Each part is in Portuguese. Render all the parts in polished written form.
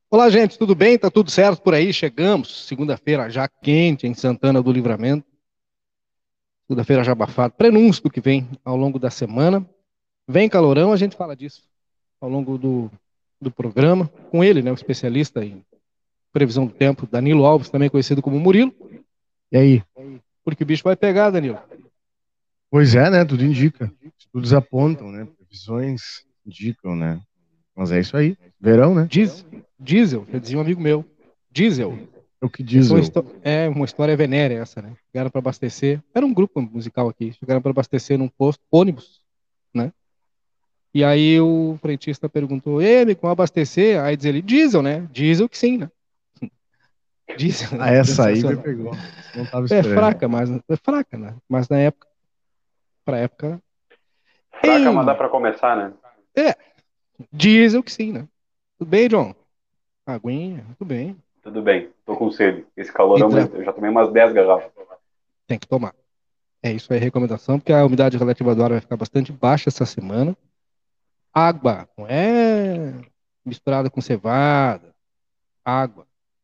Olá, gente, tudo bem? Tá tudo certo por aí? Chegamos, segunda-feira já quente em Santana do Livramento, segunda-feira já abafado, prenúncio do que vem ao longo da semana. Vem calorão, a gente fala disso ao longo do programa, com ele, né, o especialista em previsão do tempo, Danilo Alves, também conhecido como Murilo. E aí? Porque o bicho vai pegar, Danilo. Pois é, né? Tudo indica. Estudos apontam, né? Previsões indicam, né? Mas é isso aí. Verão, né? Diesel, já dizia um amigo meu. Diesel. É o que Essa diz eu. é uma história venérea essa, né? Chegaram para abastecer, era um grupo musical aqui, chegaram para abastecer num posto, ônibus, né? E aí o frentista perguntou, ele, como abastecer? Aí diz ele, diesel, né? Diesel que sim, né? Diesel, Ah, né? essa aí me Sensacional. pegou. Não tava É esperando. fraca, mas é fraca, né? Mas na época, pra época, Fraca, mas dá em... pra começar, né? É, diesel que sim, né? Tudo bem, John? Aguinha, tudo bem. Tudo bem, tô com sede. Esse calorão, Hidra... eu já tomei umas 10 garrafas. Tem que tomar. É isso aí, recomendação, porque a umidade relativa do ar vai ficar bastante baixa essa semana. Água, não é misturada com cevada, água.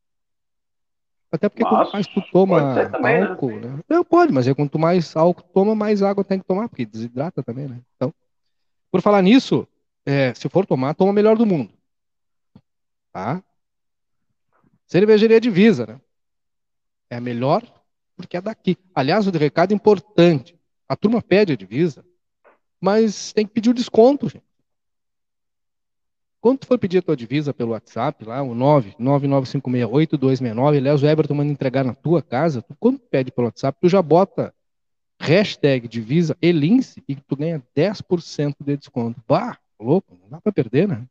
Até porque quanto Mas mais tu pode ser toma também, né? álcool, né? Não pode, mas é quanto mais álcool toma, mais água tem que tomar, porque desidrata também, né? Então, por falar nisso, se for tomar, toma o melhor do mundo, tá? Cervejaria Divisa, né? É a melhor porque é daqui. Aliás, o recado importante. A turma pede a divisa, mas tem que pedir o desconto, gente. Quando tu for pedir a tua divisa pelo WhatsApp, lá, o 999568269, aliás, o Everton manda entregar na tua casa, quando pede pelo WhatsApp, tu já bota hashtag divisa e lince e tu ganha 10% de desconto. Bah, louco, não dá pra perder, né?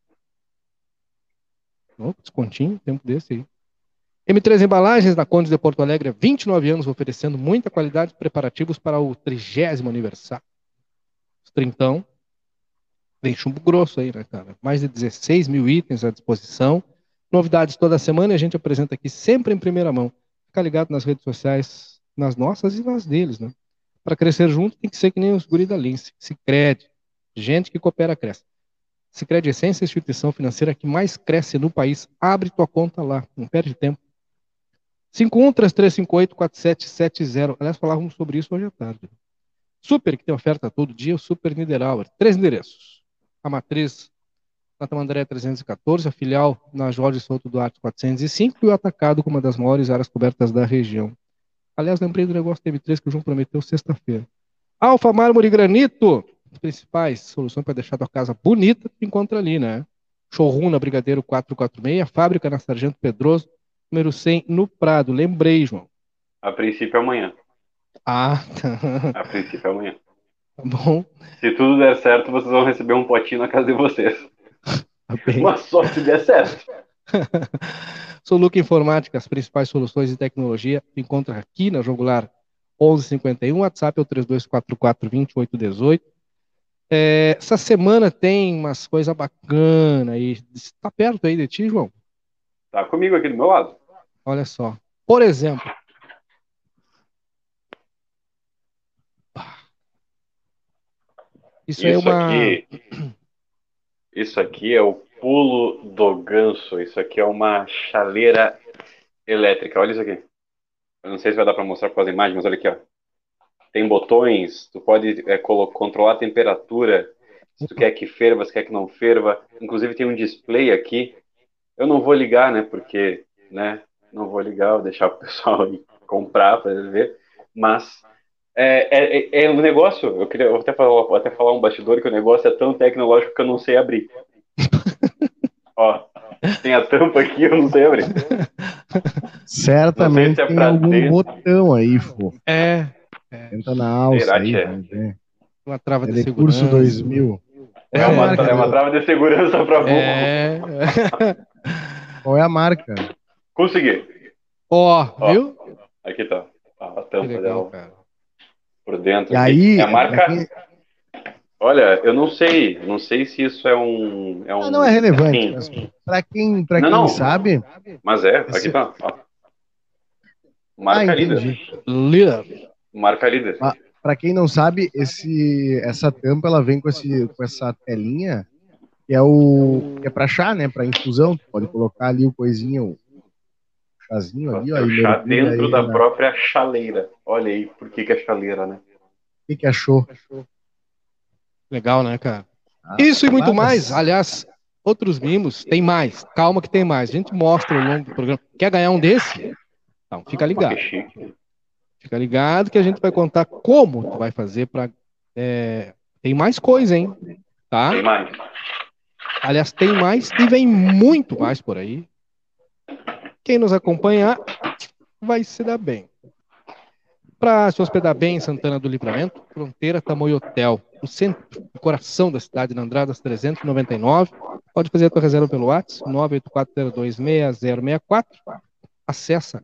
Louco, descontinho, tempo desse aí. M3 Embalagens, na Conde de Porto Alegre, há 29 anos, oferecendo muita qualidade e preparativos para o 30º aniversário. Os trintão, tem chumbo grosso aí, né, cara? Mais de 16 mil itens à disposição. Novidades toda semana e a gente apresenta aqui sempre em primeira mão. Fica ligado nas redes sociais, nas nossas e nas deles, né? Para crescer junto tem que ser que nem os guri da Lince. Sicredi. Gente que coopera, cresce. Sicredi Essência, a instituição financeira que mais cresce no país. Abre tua conta lá, não perde tempo. 5133584770. Aliás, falávamos sobre isso hoje à tarde. Super, que tem oferta todo dia, o Super Niederauer. 3 endereços. A matriz na Tamandaré 314, a filial na Jorge Souto Duarte 405 e o atacado com uma das maiores áreas cobertas da região. Aliás, lembrei do negócio da M3 que o João prometeu sexta-feira. Alfa Mármore e Granito, as principais soluções para deixar tua casa bonita, tu encontra ali, né? Showroom na Brigadeiro 446, fábrica na Sargento Pedroso, número 100 no Prado. Lembrei, João. A princípio é amanhã. Ah, tá, A princípio é amanhã. tá bom. Se tudo der certo, vocês vão receber um potinho na casa de vocês. Tá bem. Mas só se der certo. Soluca Informática, as principais soluções de tecnologia, encontra aqui na Jogular 1151, WhatsApp é o 32442818. Essa semana tem umas coisas bacanas aí. Está perto aí de ti, João? Tá comigo aqui do meu lado. Olha só. Por exemplo, isso é Isso uma. aqui, isso aqui é o pulo do ganso. Isso aqui é uma chaleira elétrica. Olha isso aqui. Eu não sei se vai dar para mostrar com as imagens, mas olha aqui, ó. Tem botões, tu pode controlar a temperatura, se tu Opa. quer que ferva, se quer que não ferva. Inclusive tem um display aqui. Eu não vou ligar, né? Porque, né? Não vou ligar, vou deixar o pessoal ir comprar para ver. Mas é um negócio. Eu vou até falar um bastidor que o negócio é tão tecnológico que eu não sei abrir. Ó, tem a tampa aqui, eu não sei abrir. Não sei Certamente se é tem para algum dentro. botão aí, fofo. É, é Entra na alça Será aí, que é? vamos ver. uma trava de Telecurso segurança. 2000. Qual É é a uma, marca é uma do... trava de segurança para burro. É. Qual é a marca? Consegui. Ó, Ó, viu? aqui tá. A Que tampa legal, dela cara. por dentro E aqui. É a aí, pra marca. quem... Olha, eu não sei se isso é um, Ah, não é relevante, assim. mas para Não, quem não. sabe, Mas é, aqui esse... tá. Ó. Ah, Marca líder. entendi. Líder. Marca líder. Para quem não sabe, essa tampa ela vem com essa telinha que é pra chá, né? Pra infusão. Tu pode colocar ali o coisinho, o chazinho ali, ó, O e chá mergulha dentro ele da na. O própria chaleira. Olha aí, por que é chaleira, né? que achou? Legal, né, cara? Ah, Isso e muito mais. mas- Aliás, outros mimos, tem mais. Calma que tem mais. A gente mostra ao longo do programa. Quer ganhar um desse? Então, fica Ah, que ligado. chique. Fica ligado que a gente vai contar como tu vai fazer para. Tem mais coisa, hein? Tá? Tem mais. Aliás, tem mais e vem muito mais por aí. Quem nos acompanhar vai se dar bem. Para se hospedar bem em Santana do Livramento, Fronteira Tamoio Hotel, no centro, no coração da cidade, na Andradas 399. Pode fazer a tua reserva pelo WhatsApp, 984026064. Acessa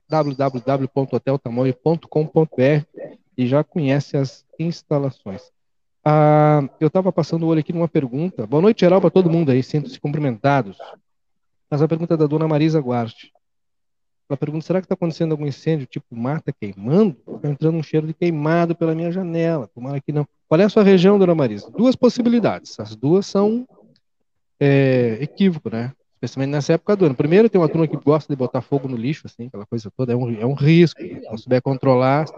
www.hoteltamoio.com.br e já conhece as instalações. Eu estava passando o olho aqui numa pergunta. Boa noite, geral, para todo mundo aí, sintam-se cumprimentados. Mas a pergunta é da dona Marisa Guarte. Ela pergunta, será que está acontecendo algum incêndio, tipo mata queimando? Está entrando um cheiro de queimado pela minha janela. Tomara que não. Qual é a sua região, dona Marisa? Duas possibilidades. As duas são equívoco, né? Especialmente nessa época do ano. Primeiro, tem uma turma que gosta de botar fogo no lixo, assim, aquela coisa toda. É um risco. Se não souber controlar,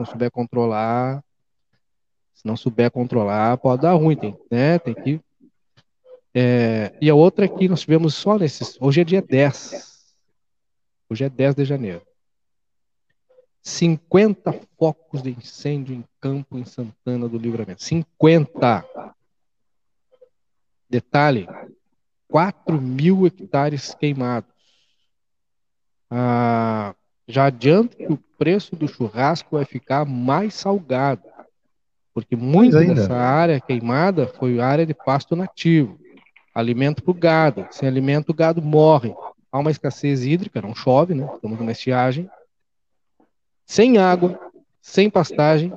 pode dar ruim, tem que. E a outra é que nós tivemos só nesses. Hoje é dia 10. Hoje é 10 de janeiro. 50 focos de incêndio em campo em Santana do Livramento. 50. Detalhe: 4.000 hectares queimados. Já adianto que o preço do churrasco vai ficar mais salgado, porque Mais muito ainda. dessa área queimada foi área de pasto nativo, alimento para o gado. Sem alimento, o gado morre. Há uma escassez hídrica, não chove, né? Estamos numa estiagem. Sem água, sem pastagem,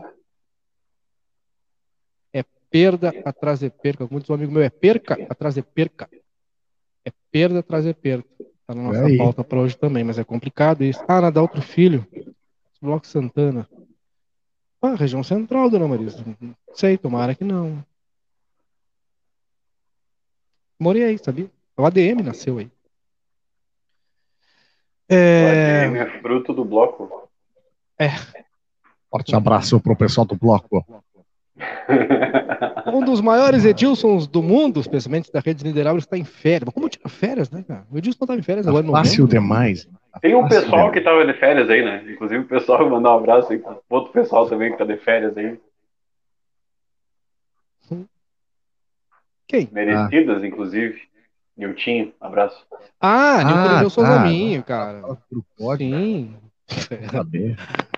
é perda atrás de perca. Como diz um amigo meu, é perca atrás de perca. É perda atrás de perda. Está na nossa Aí. pauta para hoje também, mas é complicado isso. Nadar outro filho. Bloco Santana. Região central, dona Marisa. Não sei, tomara que não. Morei aí, sabia? O ADM nasceu aí. O ADM é fruto do bloco. Forte abraço pro pessoal do bloco. Um dos maiores Edilsons do mundo, especialmente da rede Niederauer, está em férias. Mas como tira férias, né, cara? O Edilson estava em férias Tá agora em fácil novembro. demais. Tá Tem um fácil pessoal que demais. tava de férias aí, né? Inclusive o pessoal mandar um abraço aí pro outro pessoal também que tá de férias aí. Quem? Merecidas, inclusive. Niltinho, abraço. Nilton Irineu Souza Tá. Minho, cara. Pro pódio. Sim. Saber.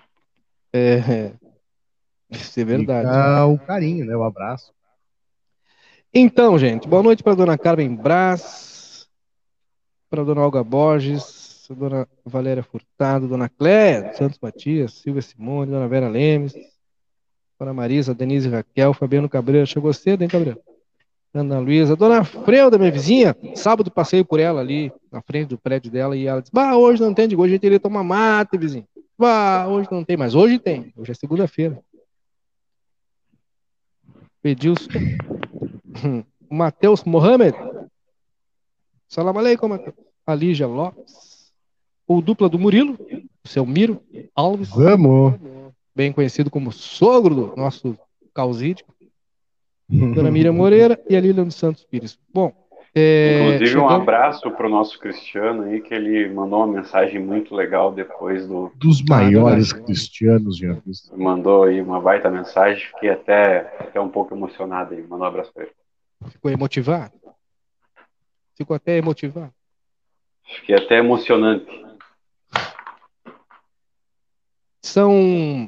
Isso é verdade. Fica o carinho, né? O abraço. Então, gente, boa noite para dona Carmen Brás, para dona Olga Borges, dona Valéria Furtado, dona Cléia Santos Matias, Silvia Simone, dona Vera Lemes, dona Marisa, Denise Raquel, Fabiano Cabreira, chegou cedo, hein, Cabreira? Ana Luísa, dona Freuda, minha vizinha, sábado passei por ela ali, na frente do prédio dela, e ela disse, hoje não tem, hoje a gente iria tomar mate, vizinho. Hoje não tem, mas hoje tem, hoje é segunda-feira. Edilson, Matheus Mohamed, salam aleikum, Matheus. A Lígia Lopes, o dupla do Murilo, o seu Miro Alves, Vamos. bem conhecido como sogro do nosso Causídio, dona Miriam Moreira e a Lilian dos Santos Pires. Bom, Inclusive, um chegando... abraço pro nosso Cristiano aí, que ele mandou uma mensagem muito legal depois do. Dos maiores verdade. cristianos já visto. Mandou aí uma baita mensagem, fiquei até um pouco emocionado aí. Mandou um abraço pra ele. Ficou emotivado? Ficou até emotivado. Fiquei até emocionante. São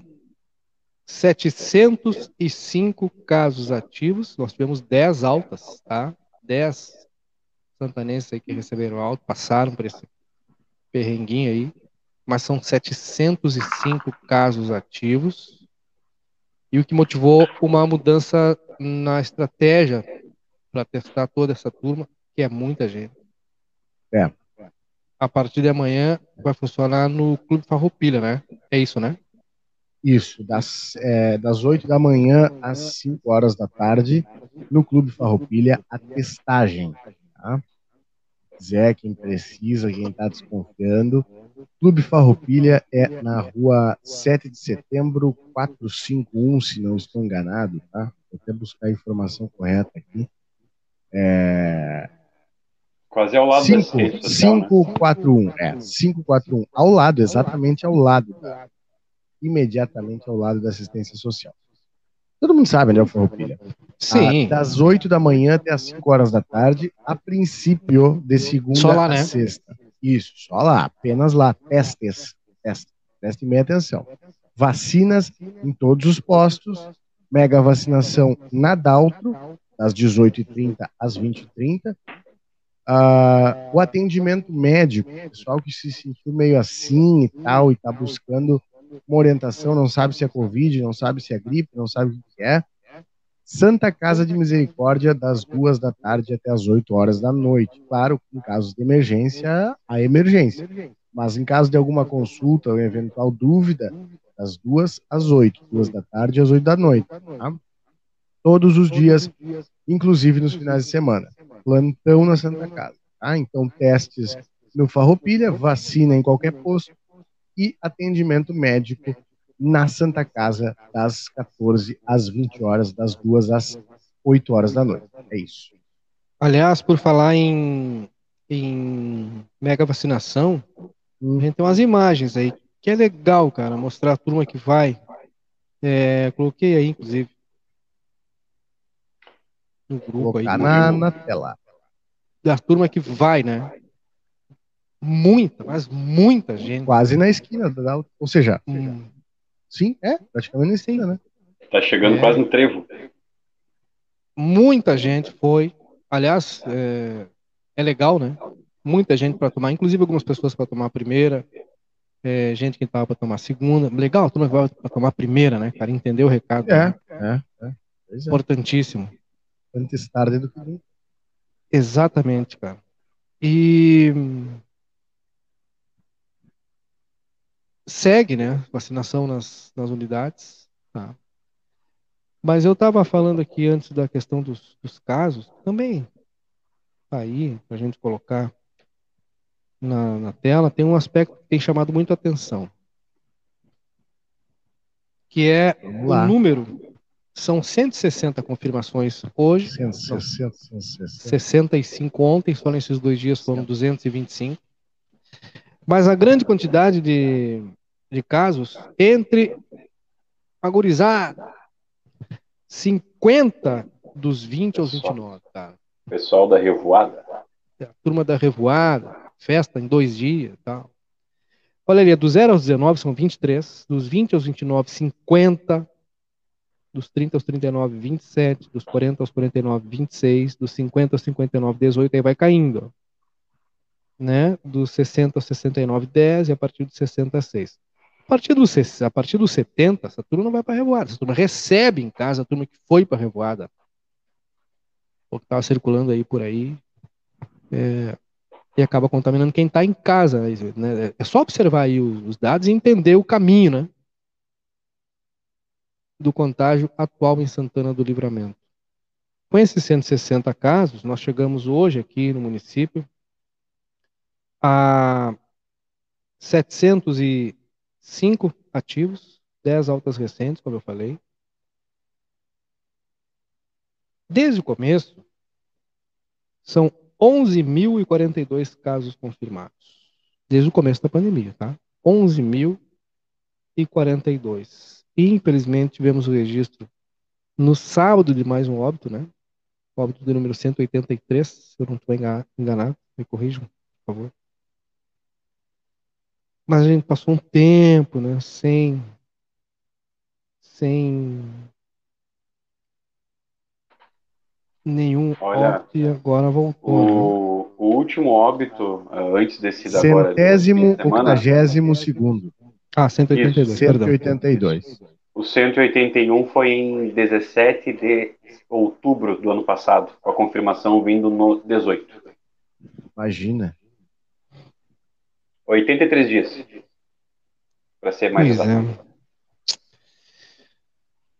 705 casos ativos. Nós tivemos 10 altas, tá? 10 santanenses aí que receberam alta, passaram por esse perrenguinho aí. Mas são 705 casos ativos. E o que motivou uma mudança na estratégia para testar toda essa turma, que é muita gente. A partir de amanhã vai funcionar no Clube Farroupilha, né? É isso, né? Isso, das 8 da manhã às 5 horas da tarde, no Clube Farroupilha, a testagem. Tá? Quiser, quem precisa, quem está desconfiando. Clube Farroupilha é na rua 7 de setembro, 451, se não estou enganado, tá? Vou até buscar a informação correta aqui. Quase ao lado da assistência social, né? 541, ao lado, exatamente ao lado, imediatamente ao lado da assistência social. Todo mundo sabe, né, o Farroupilha? Sim. Das 8 da manhã até as 5 horas da tarde, a princípio, de Só segunda lá, a né? sexta. Isso, só lá, apenas lá. Prestem bem atenção. Vacinas em todos os postos, mega vacinação na Daltro, das 18h30 às 20h30. O atendimento médico, pessoal que se sentiu meio assim e tal, e está buscando uma orientação, não sabe se é Covid, não sabe se é gripe, não sabe o que é. Santa Casa de Misericórdia, das 2 da tarde até as 8 horas da noite. Claro, em casos de emergência, a emergência. Mas em caso de alguma consulta ou eventual dúvida, das 2 às 8, 2 da tarde às 8 da noite. Tá? Todos os dias, inclusive nos finais de semana. Plantão na Santa Casa. Tá? Então, testes no Farroupilha, vacina em qualquer posto e atendimento médico na Santa Casa das 14 às 20 horas, das 2 às 8 horas da noite. É isso. Aliás, por falar em mega vacinação, a gente tem umas imagens aí que é legal, cara, mostrar a turma que vai. Coloquei aí, inclusive, no grupo aí Colocar do, na tela. da turma que vai, né? Muita, mas muita gente. Quase na esquina, ou seja, Hum, sim, praticamente na sim, esquina, né? Tá chegando quase é, no trevo. muita gente foi. Aliás, é legal, né? Muita gente para tomar, inclusive algumas pessoas para tomar a primeira, gente que estava para tomar a segunda. Legal, a turma vai para tomar a primeira, né, cara? Entendeu o recado, né? Pois é. Importantíssimo. Antes tarde do que nunca. Exatamente, cara. E segue, né? Vacinação nas unidades. Tá? Mas eu estava falando aqui antes da questão dos casos, também tá aí, para a gente colocar na tela, tem um aspecto que tem chamado muito a atenção, que é Vamos o lá. número. São 160 confirmações hoje, não, 160. 65 ontem, só nesses 2 dias foram 225. Mas a grande quantidade de casos entre a gurizada, 50 dos 20 aos 29, cara. Pessoal da Revoada. A turma da revoada, festa em 2 dias e tal. Olha ali, do 0 aos 19 são 23, dos 20 aos 29, 50, dos 30 aos 39, 27, dos 40 aos 49, 26, dos 50 aos 59, 18, aí vai caindo, né? Dos 60 aos 69, 10 e a partir dos 60, 6. A partir dos 70, essa turma não vai para a revoada, essa turma recebe em casa a turma que foi para a revoada, ou que estava circulando aí por aí, e acaba contaminando quem está em casa, né? É só observar aí os dados e entender o caminho, né, do contágio atual em Santana do Livramento. Com esses 160 casos, nós chegamos hoje aqui no município a 705 ativos, 10 altas recentes, como eu falei. Desde o começo, são 11.042 casos confirmados. Desde o começo da pandemia, tá? 11.042. Infelizmente, tivemos o registro no sábado de mais um óbito, né? Óbito de número 183, se eu não estou enganado. Me corrijam, por favor. Mas a gente passou um tempo, né? Sem nenhum Olha, óbito e agora voltou, né? o último óbito, antes desse da agora do fim de Centésimo, semana, 82º. Ah, 182, isso. perdão. 182. O 181 foi em 17 de outubro do ano passado, com a confirmação vindo no 18. Imagina. 83 dias, para ser mais Pois exato. é.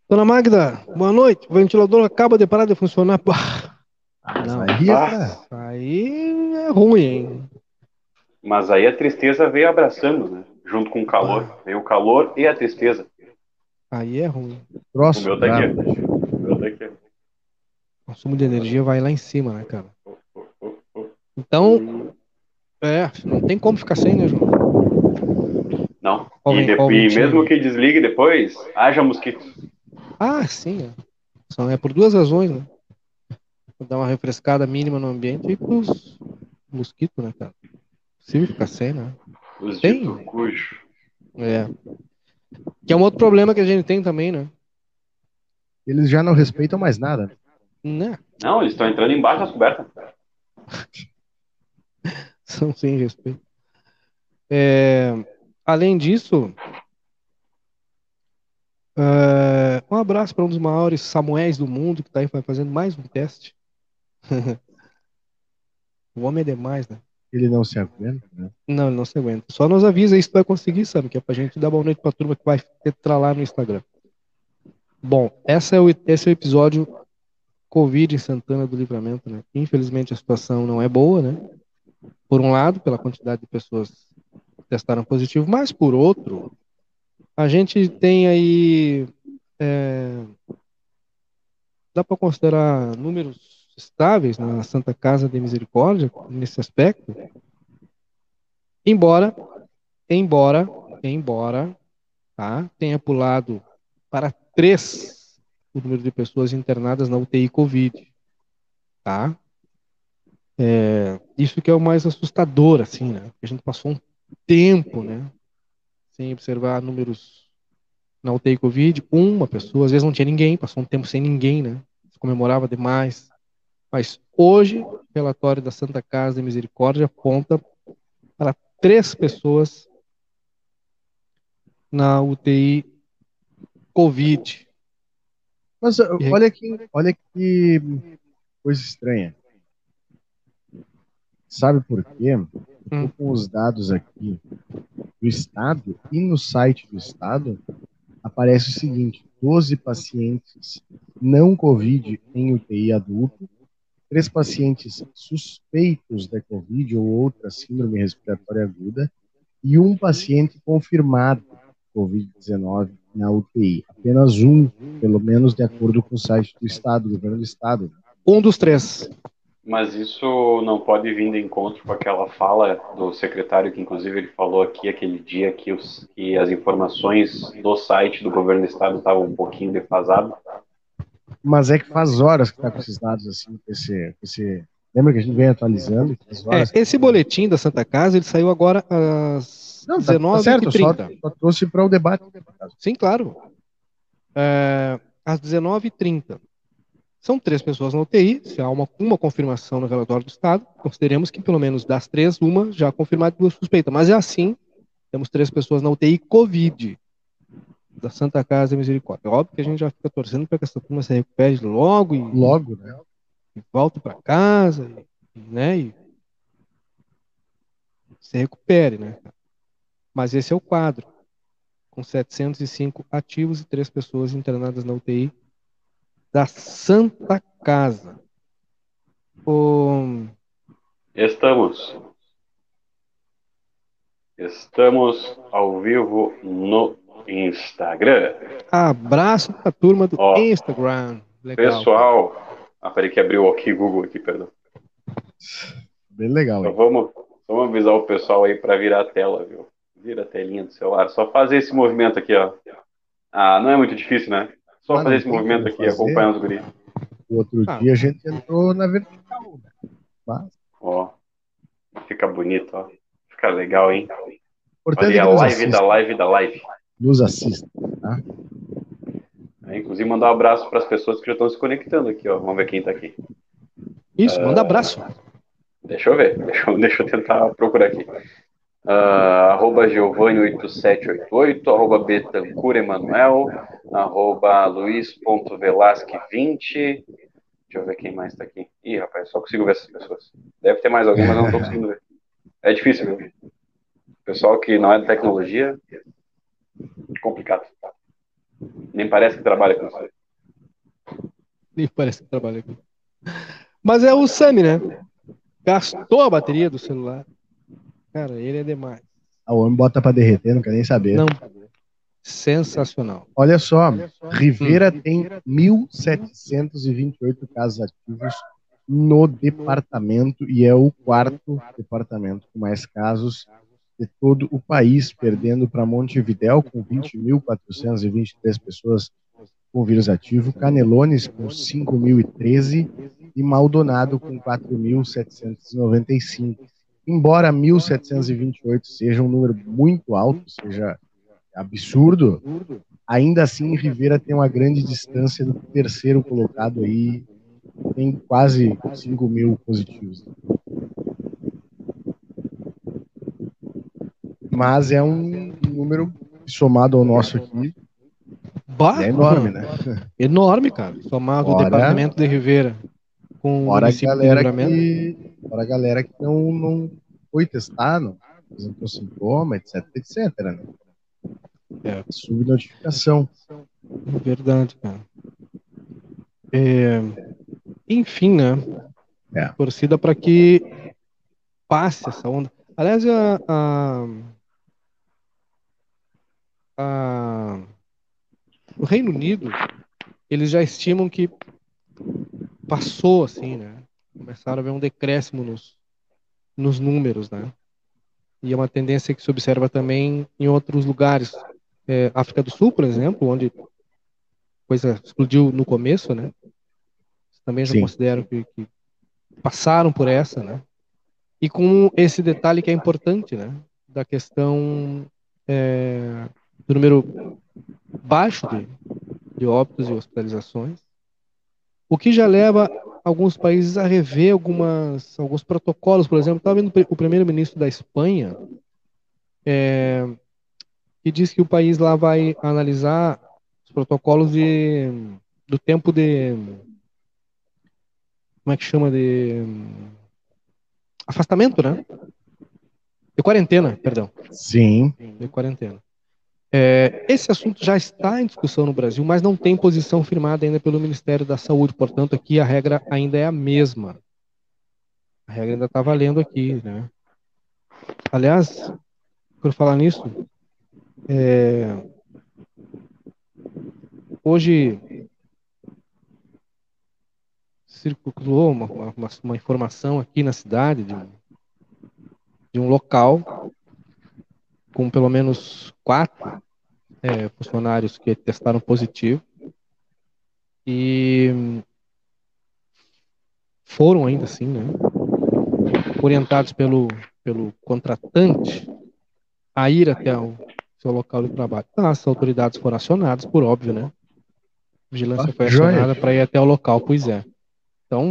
Dona Magda, boa noite. O ventilador acaba de parar de funcionar. Pá, Mas não, aí é pra... aí é ruim, hein? Mas aí a tristeza veio abraçando, né? Junto com o calor. Pá, Veio o calor e a tristeza. aí é ruim. O Troço meu tá aqui. brabo. O meu tá aqui. O consumo de energia vai lá em cima, né, cara? Então, Hum. não tem como ficar sem, né, João? Não. Ó o E ventinho mesmo ali. que desligue depois, haja mosquitos. Ah, sim. É por duas razões, né? Pra dar uma refrescada mínima no ambiente e pros mosquitos, né, cara? Possível ficar sem, né? Os dito Tem. cujo. É. Que é um outro problema que a gente tem também, né? Eles já não respeitam mais nada, né? Né? Não, eles estão entrando embaixo das cobertas. São sem respeito. É, além disso, um abraço para um dos maiores Samuéis do mundo que está aí fazendo mais um teste. O homem é demais, né? Ele não se aguenta, né? Não, ele não se aguenta. Só nos avisa isso que vai conseguir, sabe? Que é pra gente dar boa noite pra turma que vai entrar lá no Instagram. Bom, esse é o episódio Covid em Santana do Livramento, né? Infelizmente a situação não é boa, né? Por um lado, pela quantidade de pessoas que testaram positivo, mas por outro, a gente tem aí, dá para considerar números estáveis na Santa Casa de Misericórdia nesse aspecto, embora, embora, embora, tá, tenha pulado para 3 o número de pessoas internadas na UTI Covid, tá? Isso que é o mais assustador, assim, né? A gente passou um tempo, né, sem observar números na UTI Covid, uma pessoa, às vezes não tinha ninguém, passou um tempo sem ninguém, né? Se comemorava demais. Mas hoje, o relatório da Santa Casa de Misericórdia aponta para 3 pessoas na UTI Covid. Mas olha que coisa estranha. Sabe por quê? Eu tô Hum, com os dados aqui do Estado e no site do Estado aparece o seguinte: 12 pacientes não Covid em UTI adulto, 3 pacientes suspeitos da Covid ou outra síndrome respiratória aguda e um paciente confirmado Covid-19 na UTI. Apenas um, pelo menos de acordo com o site do Estado, do governo do Estado. um dos 3. Mas isso não pode vir de encontro com aquela fala do secretário, que inclusive ele falou aqui aquele dia que as informações do site do governo do estado estavam um pouquinho defasadas. Mas é que faz horas que está com esses dados assim, lembra que a gente vem atualizando? Faz horas. Esse boletim da Santa Casa, ele saiu agora às Não, tá certo, eu só 19h30. trouxe para o debate. Sim, claro. Às 19h30. São 3 pessoas na UTI. Se há uma confirmação no relatório do Estado, consideremos que pelo menos das 3, uma já confirmada e 2 suspeita. Mas é assim, temos 3 pessoas na UTI Covid da Santa Casa de Misericórdia. Óbvio que a gente já fica torcendo para que essa turma se recupere logo Logo, né? e volte para casa, né? E se recupere, né? Mas esse é o quadro, com 705 ativos e 3 pessoas internadas na UTI da Santa Casa. O... Estamos ao vivo no Instagram. Abraço para a turma do Ó, Instagram. Legal, cara. pessoal. Peraí que abriu aqui Google aqui, perdão. Bem legal, Então hein? vamos avisar o pessoal aí para virar a tela, viu? Vira a telinha do celular. Só fazer esse movimento aqui, ó. Ah, não é muito difícil, né? Só Mas fazer não esse tem movimento como aqui, fazer. acompanhando os guris. O outro Ah, dia a gente entrou na vertical, né? Mas, Ó, fica bonito, ó. Fica legal, hein? importante Olha é a que nos live da assista. live da live. Nos assista, tá? Inclusive, mandar um abraço para as pessoas que já estão se conectando aqui, ó. Vamos ver quem tá aqui. isso, manda abraço. Deixa eu ver. Deixa eu tentar procurar aqui. Arroba Giovanni8788, arroba Betancur Emanuel, arroba Luiz.velasque20. Deixa eu ver quem mais tá aqui. Ih, rapaz, só consigo ver essas pessoas. Deve ter mais alguém, mas eu não tô conseguindo ver. É difícil, viu? Pessoal que não é da tecnologia, complicado. Nem parece que trabalha com isso. Nem parece que trabalha aqui. Mas é o Sami, né? Gastou a bateria do celular. Cara, ele é demais. O homem bota pra derreter, não quer nem saber. Não, sensacional. Olha só, Rivera Hum. tem 1.728 casos ativos no departamento e é o quarto departamento com mais casos de todo o país, perdendo para Montevidéu com 20.423 pessoas com vírus ativo, Canelones com 5.013 e Maldonado com 4.795. Embora 1.728 seja um número muito alto, seja absurdo, ainda assim Rivera tem uma grande distância do terceiro colocado aí, tem quase 5.000 positivos. Mas é um número somado ao nosso aqui, Bah, é enorme, né? Enorme, cara. Somado o departamento de Rivera com o Fora a município de Livramento. galera que não foi testar, não apresentou sintoma, etc, etc, né? É, Subnotificação. verdade, cara. Enfim, né? É. Torcida para que passe essa onda. Aliás, o Reino Unido, eles já estimam que passou, assim, né? Começaram a ver um decréscimo nos números, né? E é uma tendência que se observa também em outros lugares. África do Sul, por exemplo, onde a coisa explodiu no começo, né? Também já Sim. considero que passaram por essa, né? E com esse detalhe que é importante, né? Da questão do número baixo de óbitos e hospitalizações, o que já leva alguns países a rever alguns protocolos. Por exemplo, estava vendo o primeiro-ministro da Espanha, que diz que o país lá vai analisar os protocolos do tempo de... Como é que chama? De afastamento, né? De quarentena, perdão. Sim. De quarentena. Esse assunto já está em discussão no Brasil, mas não tem posição firmada ainda pelo Ministério da Saúde. Portanto, aqui a regra ainda é a mesma. A regra ainda está valendo aqui, né? Aliás, por falar nisso, hoje circulou uma informação aqui na cidade de um local com pelo menos 4 funcionários que testaram positivo e foram ainda assim, né, orientados pelo contratante a ir até o seu local de trabalho. As autoridades foram acionadas, por óbvio, né? A vigilância foi Joia. acionada para ir até o local, pois é. Então,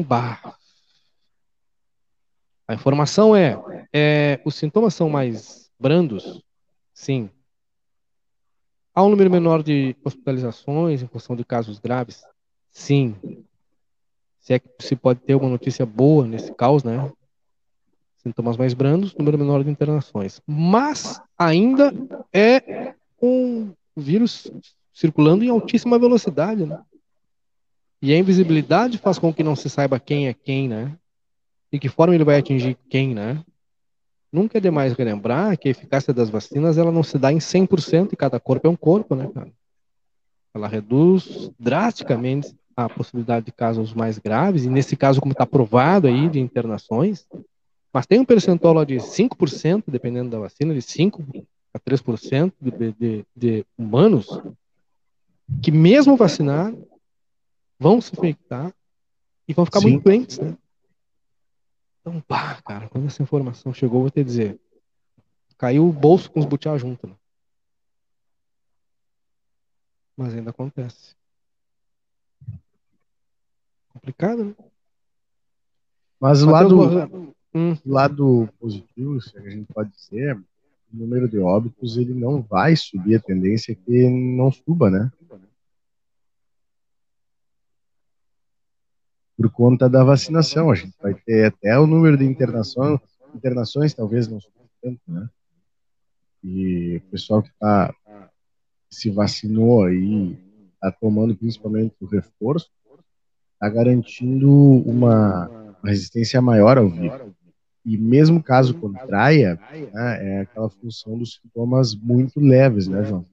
a informação os sintomas são mais brandos, sim. Há um número menor de hospitalizações em função de casos graves, sim. Se é que se pode ter uma notícia boa nesse caos, né? Sintomas mais brandos, número menor de internações. Mas ainda é um vírus circulando em altíssima velocidade, né? E a invisibilidade faz com que não se saiba quem é quem, né? De que forma ele vai atingir quem, né? Nunca é demais relembrar que a eficácia das vacinas ela não se dá em 100% e cada corpo é um corpo, né, cara? Ela reduz drasticamente a possibilidade de casos mais graves, e nesse caso, como está provado aí, de internações, mas tem um percentual lá de 5%, dependendo da vacina, de 5 a 3% de humanos que mesmo vacinados vão se infectar e vão ficar muito Sim. doentes, né? Então, pá, cara, quando essa informação chegou, vou te dizer, caiu o bolso com os butiá junto, né? Mas ainda acontece. Complicado, né? Mas o Matheus lado positivo, se a gente pode dizer, o número de óbitos ele não vai subir, a tendência é que não suba, né? Por conta da vacinação. A gente vai ter até o número de internações talvez não suba tanto, né? E o pessoal que se vacinou aí está tomando principalmente o reforço, está garantindo uma resistência maior ao vírus. E mesmo caso contraia, né, é aquela função dos sintomas muito leves, né, João?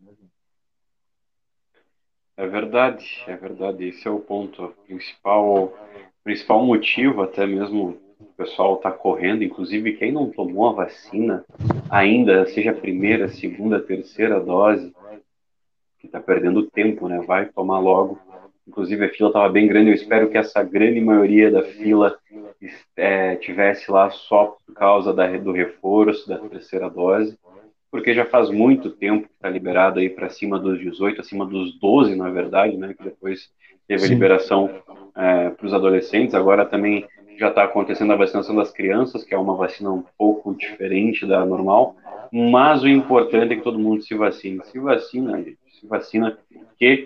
É verdade, é verdade. Esse é o ponto. O principal motivo, até mesmo o pessoal está correndo, inclusive quem não tomou a vacina ainda, seja a primeira, segunda, terceira dose, que está perdendo tempo, né? Vai tomar logo. Inclusive a fila estava bem grande. Eu espero que essa grande maioria da fila tivesse lá só por causa do reforço da terceira dose, porque já faz muito tempo que está liberado aí para cima dos 18, acima dos 12, na verdade, né? Que depois teve a Sim. liberação para os adolescentes. Agora também já está acontecendo a vacinação das crianças, que é uma vacina um pouco diferente da normal. Mas o importante é que todo mundo se vacine. Se vacina, gente. Se vacina que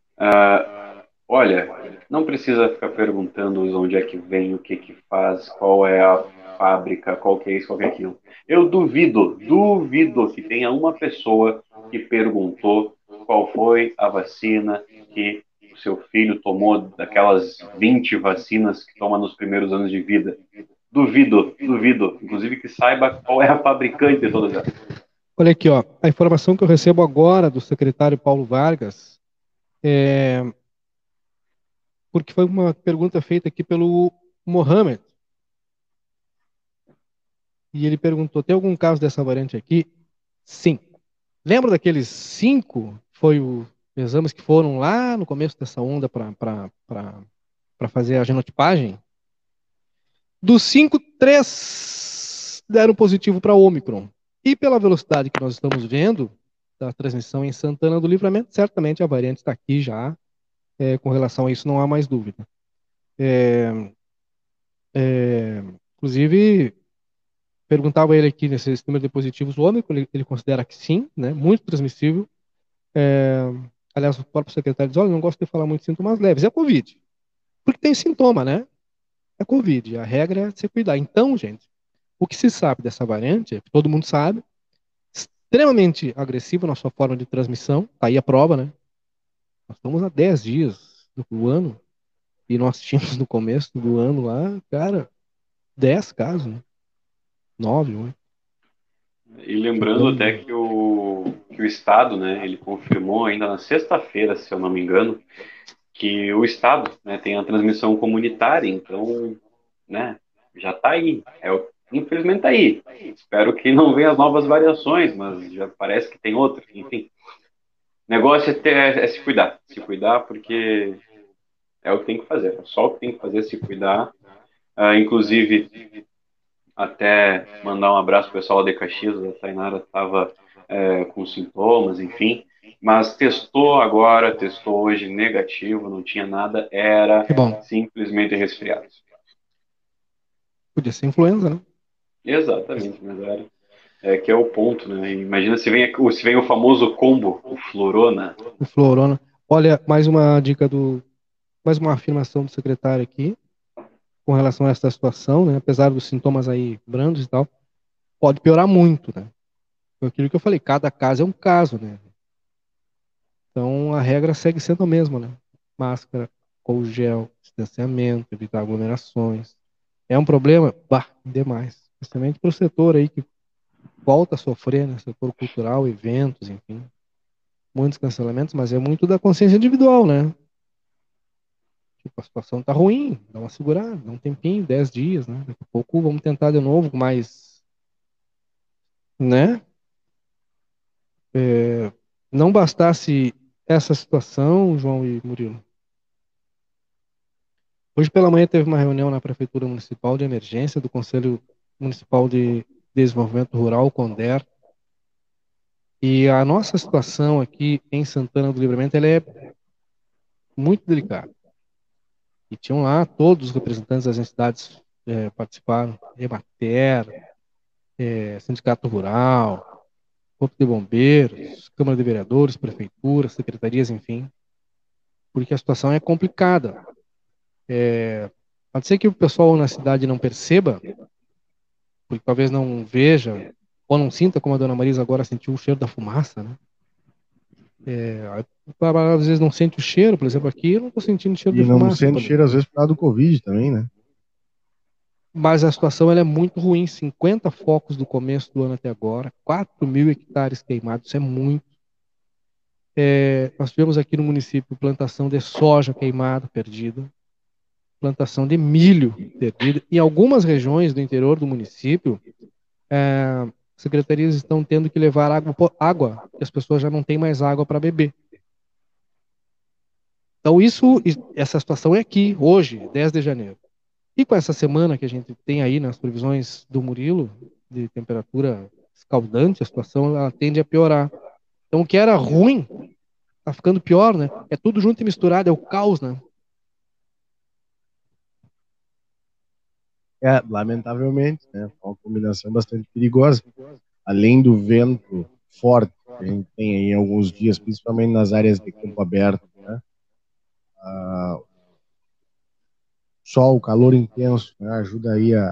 olha, não precisa ficar perguntando onde é que vem, o que que faz, qual é a fábrica, qual que é isso, qual que é aquilo. Eu duvido que tenha uma pessoa que perguntou qual foi a vacina que o seu filho tomou daquelas 20 vacinas que toma nos primeiros anos de vida. Duvido. Inclusive que saiba qual é a fabricante de todas elas. Olha aqui, ó, a informação que eu recebo agora do secretário Paulo Vargas, porque foi uma pergunta feita aqui pelo Mohamed, e ele perguntou, tem algum caso dessa variante aqui? Sim. Lembra daqueles 5, foi os exames que foram lá no começo dessa onda para fazer a genotipagem? Dos 5, 3 deram positivo para Ômicron. E pela velocidade que nós estamos vendo da transmissão em Santana do Livramento, certamente a variante está aqui já. Com relação a isso, não há mais dúvida. Inclusive, perguntava ele aqui nesse número de positivos, o Ômicron, ele considera que sim, né, muito transmissível. Aliás, o próprio secretário diz, olha, não gosto de falar muito de sintomas leves. É Covid. Porque tem sintoma, né? É Covid. A regra é se cuidar. Então, gente, o que se sabe dessa variante, todo mundo sabe, extremamente agressiva na sua forma de transmissão. Tá aí a prova, né? Nós estamos há 10 dias do ano e nós tínhamos no começo do ano lá, cara, 10 casos, né? 9, 8. E lembrando até que o Estado, né, ele confirmou ainda na sexta-feira, se eu não me engano, que o Estado, né, tem a transmissão comunitária, então, né, já está aí. Infelizmente está aí. Espero que não venham as novas variações, mas já parece que tem outra, enfim. O negócio é se cuidar, porque é o que tem que fazer, é só o que tem que fazer, se cuidar. Inclusive, até mandar um abraço pro pessoal de Caxias, a Tainara estava com sintomas, enfim, mas testou hoje negativo, não tinha nada, era Que bom. simplesmente resfriado. Podia ser influenza, né? Exatamente, mas era. Que é o ponto, né? Imagina se vem o famoso combo, o Florona. O Florona. Olha, mais uma afirmação do secretário aqui, com relação a essa situação, né? Apesar dos sintomas aí brandos e tal, pode piorar muito, né? Foi aquilo que eu falei, cada caso é um caso, né? Então a regra segue sendo a mesma, né? Máscara, álcool gel, distanciamento, evitar aglomerações. É um problema? Bah, demais. Especialmente para o setor aí que volta a sofrer, né? Setor cultural, eventos, enfim. Muitos cancelamentos, mas é muito da consciência individual, né? Tipo, a situação tá ruim, dá uma segurada, dá um tempinho, 10 dias, né? Daqui a pouco vamos tentar de novo, mas, né? Não bastasse essa situação, João e Murilo. Hoje pela manhã teve uma reunião na Prefeitura Municipal de Emergência do Conselho Municipal de Desenvolvimento Rural, o CONDER, e a nossa situação aqui em Santana do Livramento ela é muito delicada. E tinham lá todos os representantes das entidades participaram, Emater, Sindicato Rural, Corpo de Bombeiros, Câmara de Vereadores, Prefeitura, secretarias, enfim, porque a situação é complicada. Pode ser que o pessoal na cidade não perceba, porque talvez não veja, ou não sinta, como a dona Marisa agora sentiu o cheiro da fumaça, né? Às vezes não sente o cheiro, por exemplo, aqui eu não estou sentindo cheiro E de não fumaça. sente cheiro, às vezes, por causa do Covid também, né? Mas a situação ela é muito ruim. 50 focos do começo do ano até agora, 4.000 hectares queimados, isso é muito. Nós tivemos aqui no município plantação de soja queimada, perdida, plantação de milho perdida. Em algumas regiões do interior do município, secretarias estão tendo que levar água, porque as pessoas já não têm mais água para beber. Então essa situação é aqui, hoje, 10 de janeiro. E com essa semana que a gente tem aí nas previsões do Murilo, de temperatura escaldante, a situação ela tende a piorar. Então o que era ruim, tá ficando pior, né? É tudo junto e misturado, é o caos, né? Lamentavelmente, né? É uma combinação bastante perigosa. Além do vento forte que a gente tem aí em alguns dias, principalmente nas áreas de campo aberto, né? Sol, calor intenso, né? Ajuda aí a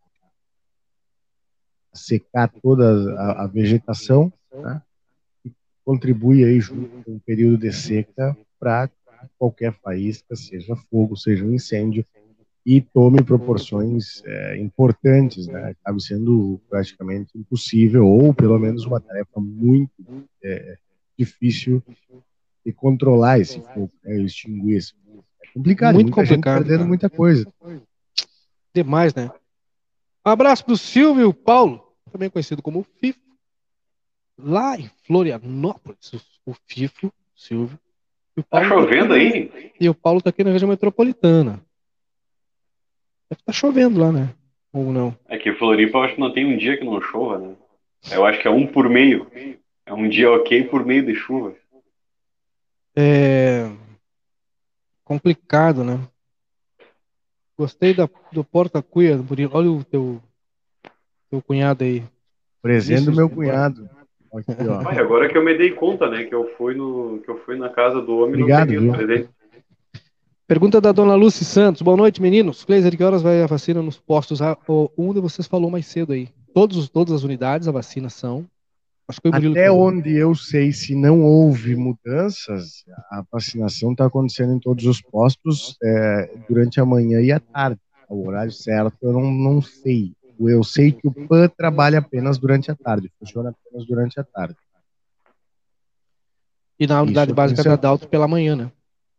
secar toda a vegetação, né? E contribui aí junto com um período de seca para qualquer faísca, seja fogo, seja um incêndio, e tome proporções importantes, né? Acaba sendo praticamente impossível, ou pelo menos uma tarefa muito difícil de controlar esse fogo, né? Extinguir esse fogo. É complicado, Muito muita gente complicado, perdendo cara. muita coisa. Demais, né? Um abraço pro Silvio Paulo, também conhecido como Fifo, lá em Florianópolis. O Fifo, Silvio. E o Tá Paulo chovendo aí? E o Paulo tá aqui na região metropolitana. Deve estar chovendo lá, né? Ou não? É que Floripa eu acho que não tem um dia que não chova, né? Eu acho que é um por meio. É um dia ok por meio de chuva. É complicado, né? Gostei do porta-cuia, Murilo. Olha o teu cunhado aí. Presente do Vinícius meu de Moraes. cunhado. Aqui, ó. Ai, agora que eu me dei conta, né, que eu fui na casa do homem e não Obrigado, peguei os viu? presentes. Pergunta da dona Lucy Santos. Boa noite, meninos. Cleiser, que horas vai a vacina nos postos? Um de vocês falou mais cedo aí. Todas as unidades, a vacina são. Acho que foi o Murilo que Até falou. onde eu sei, se não houve mudanças, a vacinação está acontecendo em todos os postos durante a manhã e a tarde. O horário certo eu não sei. Eu sei que o PAN trabalha apenas durante a tarde, funciona apenas durante a tarde. E na Isso unidade eu tenho básica da certeza. Dalto pela manhã, né?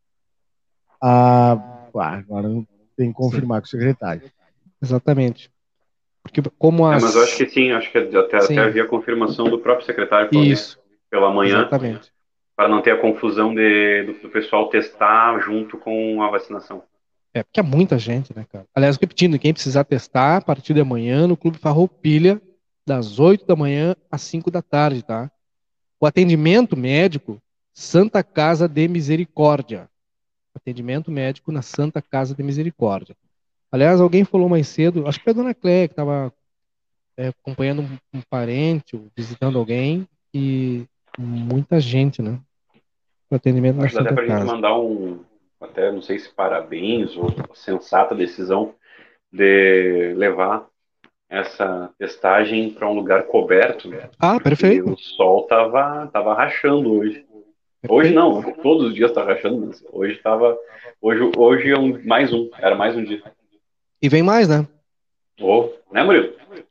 Agora eu tenho que confirmar com o secretário. Exatamente. Porque como Mas eu acho que sim, acho que até Sim, havia a confirmação do próprio secretário falando isso isso. pela manhã, Exatamente. para não ter a confusão do pessoal testar junto com a vacinação. Porque é muita gente, né, cara? Aliás, repetindo, quem precisar testar, a partir de amanhã, no Clube Farroupilha, das 8 da manhã às 5 da tarde, tá? O atendimento médico, Santa Casa de Misericórdia. Atendimento médico na Santa Casa de Misericórdia. Aliás, alguém falou mais cedo, acho que foi a dona Cléia, que estava acompanhando um parente, ou visitando alguém, e muita gente, né? O atendimento na Acho que dá até Santa para a gente Casa. mandar até não sei se parabéns ou sensata decisão de levar essa testagem para um lugar coberto, Ah, porque o perfeito. sol tava rachando hoje. Hoje Perfeito. não, todos os dias tá rachando, mas hoje é era mais um dia. E vem mais, né? Né, Murilo?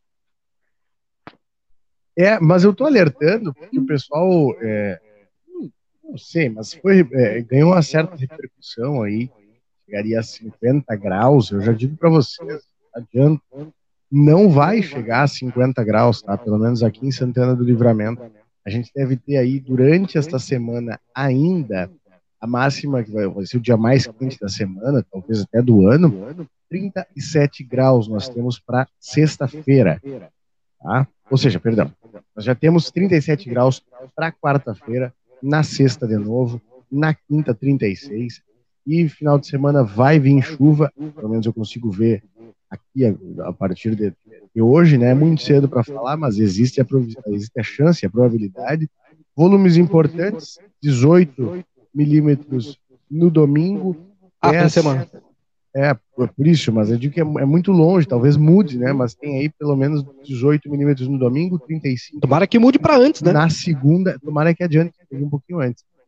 Mas eu estou alertando, porque o pessoal, não sei, mas ganhou uma certa repercussão aí, chegaria a 50 graus, eu já digo para vocês, adianto, não vai chegar a 50 graus, tá? Pelo menos aqui em Santana do Livramento. A gente deve ter aí, durante esta semana ainda, a máxima, que vai ser o dia mais quente da semana, talvez até do ano, 37 graus nós temos para sexta-feira, tá? Ou seja, perdão, nós já temos 37 graus para quarta-feira, na sexta de novo, na quinta 36, e final de semana vai vir chuva, pelo menos eu consigo ver aqui a partir de hoje, né? É muito cedo para falar, mas existe a chance, a probabilidade. Volumes importantes, 18 milímetros no domingo, Fim de 10. semana. Por isso, mas eu digo que é muito longe, talvez mude, né? Mas tem aí pelo menos 18 milímetros no domingo, 35 Tomara que mude para antes, né? na segunda. Tomara que adiante, pegue um pouquinho antes.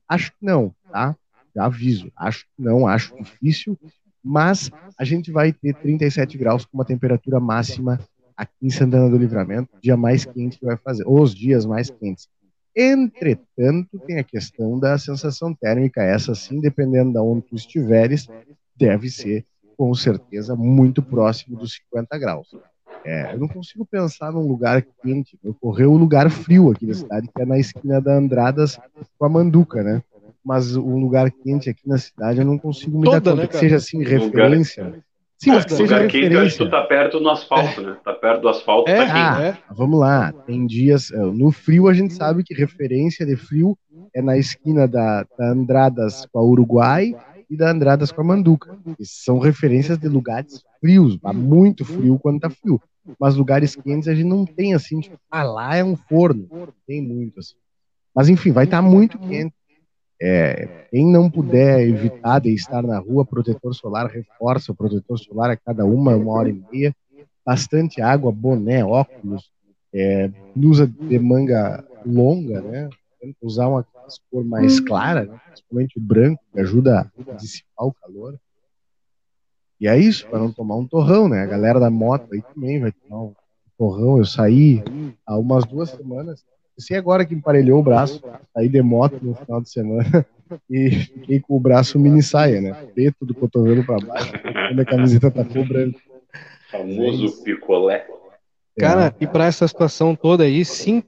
Acho que não, tá? Já aviso. Acho que não, acho difícil, mas a gente vai ter 37 graus com uma temperatura máxima aqui em Santana do Livramento, dia mais quente que vai fazer, ou os dias mais quentes. Entretanto, tem a questão da sensação térmica, essa sim, dependendo de onde tu estiveres, deve ser, com certeza, muito próximo dos 50 graus. Eu não consigo pensar num lugar quente. Me ocorreu um lugar frio aqui da cidade, que é na esquina da Andradas com a Manduca, né? Mas um lugar quente aqui na cidade eu não consigo me dar Toda, conta né, que cara? seja assim Lugar, referência. Sim, mas que seja lugar quente, eu acho que tu referência. tá perto do asfalto, né? Tá perto do asfalto, tá quente. Vamos lá. Tem dias. No frio a gente sabe que referência de frio é na esquina da Andradas com a Uruguai e da Andradas com a Manduca. São referências de lugares frios, tá muito frio quando tá frio. Mas lugares quentes a gente não tem assim, tipo, lá é um forno. Não tem muito assim. Mas enfim, vai estar muito quente. Quem não puder evitar de estar na rua, protetor solar, reforça o protetor solar a cada uma hora e meia. Bastante água, boné, óculos, blusa de manga longa, né? Tenta usar uma cor mais clara, né? Principalmente o branco, que ajuda a dissipar o calor. E é isso, para não tomar um torrão, né? A galera da moto aí também vai tomar um torrão. Eu saí há umas 2 semanas, sei agora que emparelhou o braço, saí de moto no final de semana e fiquei com o braço mini saia, né? Preto do cotovelo para baixo, quando a camiseta tapou branco. É Famoso isso. picolé. Cara, e para essa situação toda aí,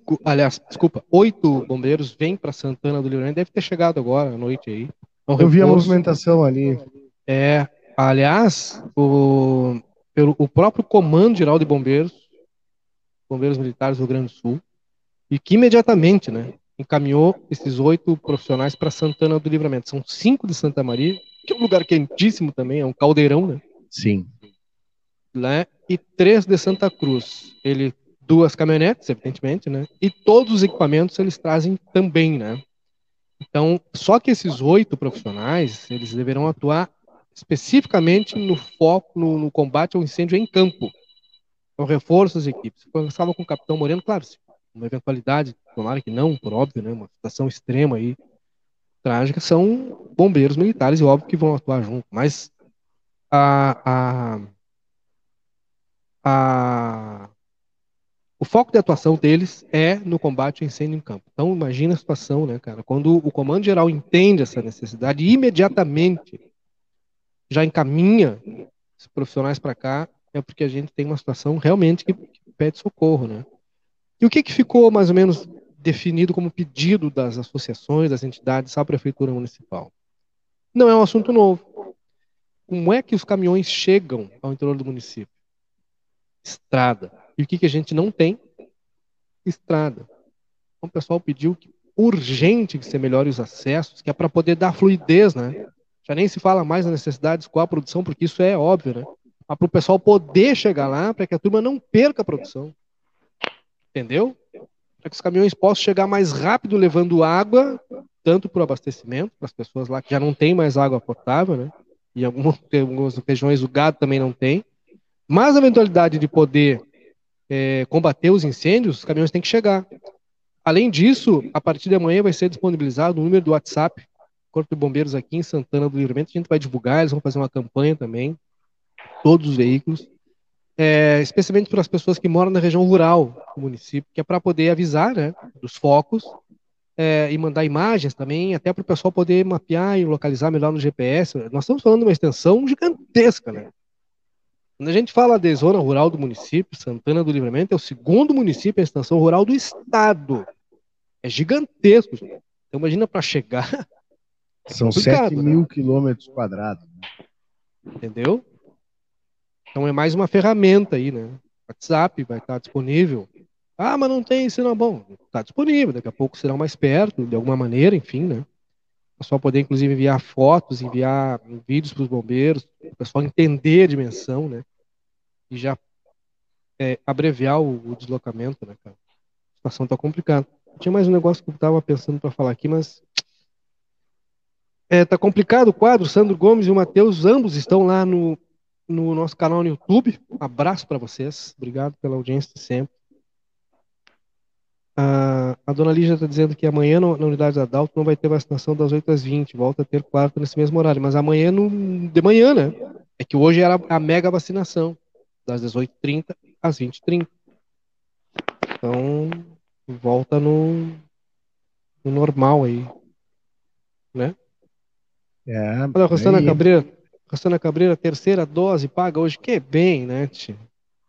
8 bombeiros vêm para Santana do Livramento. Deve ter chegado agora à noite aí. É um Eu vi a reforço. movimentação ali. Aliás, o próprio Comando Geral de Bombeiros, Bombeiros Militares do Rio Grande do Sul, e que imediatamente, né, encaminhou esses 8 profissionais para Santana do Livramento. São 5 de Santa Maria, que é um lugar quentíssimo também, é um caldeirão, né? Sim. Né? E 3 de Santa Cruz. 2 caminhonetes, evidentemente, né? E todos os equipamentos eles trazem também, né? Então, só que esses 8 profissionais, eles deverão atuar especificamente no foco, no combate ao incêndio em campo. Então, reforço as equipes. Eu conversava com o Capitão Moreno, claro, se uma eventualidade, tomara que não, por óbvio, né? Uma situação extrema aí, trágica, são bombeiros militares e óbvio que vão atuar junto. Mas a, a, o foco de atuação deles é no combate ao incêndio em campo. Então, imagina a situação, né, cara? Quando o Comando Geral entende essa necessidade e imediatamente já encaminha os profissionais para cá, é porque a gente tem uma situação realmente que pede socorro, né? E o que ficou mais ou menos definido como pedido das associações, das entidades à Prefeitura Municipal? Não é um assunto novo. Como é que os caminhões chegam ao interior do município? Estrada. E o que a gente não tem? Estrada. Então, o pessoal pediu que urgente que se melhore os acessos, que é para poder dar fluidez, né? Já nem se fala mais na necessidade de escoar a produção, porque isso é óbvio, né? Mas para o pessoal poder chegar lá, para que a turma não perca a produção. Entendeu? Para que os caminhões possam chegar mais rápido levando água, tanto para o abastecimento, para as pessoas lá que já não tem mais água potável, né? E em algumas regiões o gado também não tem. Mas a eventualidade de poder combater os incêndios, os caminhões têm que chegar. Além disso, a partir de amanhã vai ser disponibilizado o número do WhatsApp, Corpo de Bombeiros aqui em Santana do Livramento. A gente vai divulgar, eles vão fazer uma campanha também, todos os veículos, especialmente para as pessoas que moram na região rural do município, que é para poder avisar, né, dos focos e mandar imagens também, até para o pessoal poder mapear e localizar melhor no GPS. Nós estamos falando de uma extensão gigantesca, né? Quando a gente fala de zona rural do município, Santana do Livramento é o segundo município em extensão rural do estado. É gigantesco. Então, imagina para chegar. São 7 né? mil quilômetros quadrados. Entendeu? Então é mais uma ferramenta aí, né? WhatsApp vai estar disponível. Ah, mas não tem sinal bom. Está disponível. Daqui a pouco será mais perto, de alguma maneira, enfim, né? O pessoal poder, inclusive, enviar fotos, enviar vídeos para os bombeiros, o pessoal entender a dimensão, né? E já abreviar o deslocamento, né, cara? A situação está complicada. Tinha mais um negócio que eu estava pensando para falar aqui, mas tá complicado o quadro. Sandro Gomes e o Matheus, ambos estão lá no nosso canal no YouTube. Abraço para vocês. Obrigado pela audiência de sempre. A dona Lígia está dizendo que amanhã na unidade da Dalto não vai ter vacinação das 8 às 20, volta a ter quarta nesse mesmo horário, mas amanhã de manhã, né? É que hoje era a mega vacinação, das 18h30 às 20h30. Então, volta no normal aí, né? Olha, Rostana Cabreira, terceira dose paga hoje, que bem, né, tio?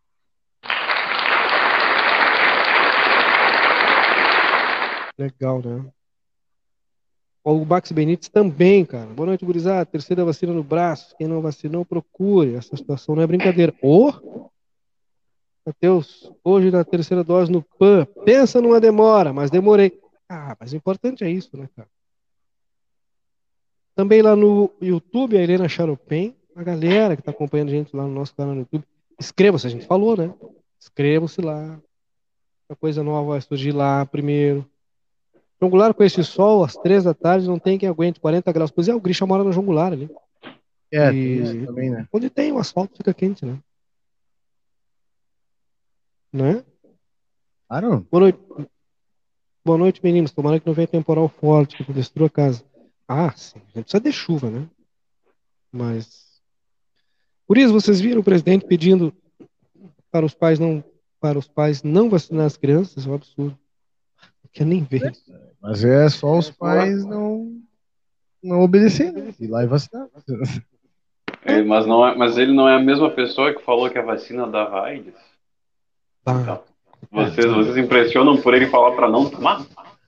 Legal, né? O Max Benítez também, cara. Boa noite, gurizada. Terceira vacina no braço. Quem não vacinou, procure. Essa situação não é brincadeira. Matheus, hoje na terceira dose no PAN. Pensa numa demora, mas demorei. Mas o importante é isso, né, cara? Também lá no YouTube, a Helena Charopem, a galera que tá acompanhando a gente lá no nosso canal no YouTube. Inscreva-se, a gente falou, né? Inscrevam-se lá. A coisa nova vai surgir lá primeiro. João Goulart com esse sol, às 3 da tarde, não tem quem aguente 40 graus. Pois é, o Grisha mora no João Goulart ali. Tem isso também, né? Onde tem o asfalto fica quente, né? Né? Claro. Boa noite, meninos. Tomara que não venha temporal forte, que destrua a casa. Sim. A gente precisa de chuva, né? Mas... Por isso, vocês viram o presidente pedindo para os pais não vacinar as crianças? É um absurdo. Não quer nem ver isso. Mas é só os pais não obedecerem. Ir lá e vacinar. Mas ele não é a mesma pessoa que falou que a vacina dava AIDS? Então, vocês impressionam por ele falar para não tomar?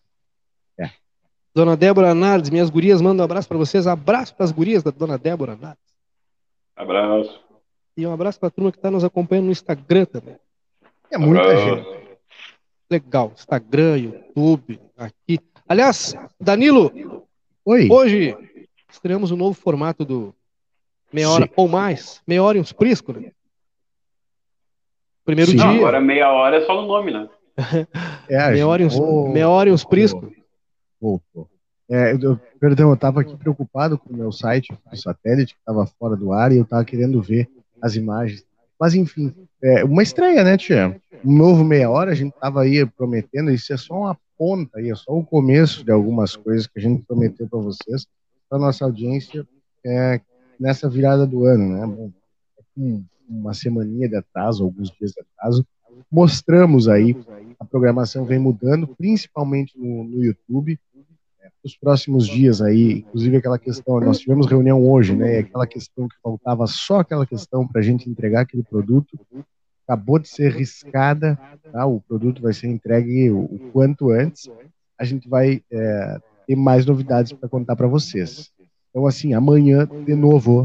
Dona Débora Nardes, minhas gurias, mando um abraço para vocês. Abraço para as gurias da Dona Débora Nardes. Abraço. E um abraço para a turma que está nos acompanhando no Instagram também. É muita gente. Legal. Instagram, YouTube, aqui. Aliás, Danilo, Oi. Hoje estreamos um novo formato do meia hora ou mais. Meia hora e uns priscos, né? Primeiro dia. Agora meia hora é só no nome, né? Meia hora e uns priscos. Voltou. Perdão, eu estava aqui preocupado com o meu site do satélite, que estava fora do ar, e eu estava querendo ver as imagens. Mas, enfim, uma estreia, né, tia? Um novo meia hora, a gente estava aí prometendo, isso é só uma ponta aí, é só o começo de algumas coisas que a gente prometeu para vocês, para nossa audiência, nessa virada do ano, né? Bom, com uma semaninha de atraso, alguns dias de atraso, mostramos aí, a programação vem mudando, principalmente no YouTube. Os próximos dias aí, inclusive aquela questão, nós tivemos reunião hoje, né? Aquela questão que faltava, só aquela questão para a gente entregar aquele produto, acabou de ser riscada, tá? O produto vai ser entregue o quanto antes. A gente vai ter mais novidades para contar para vocês. Então, assim, amanhã, de novo,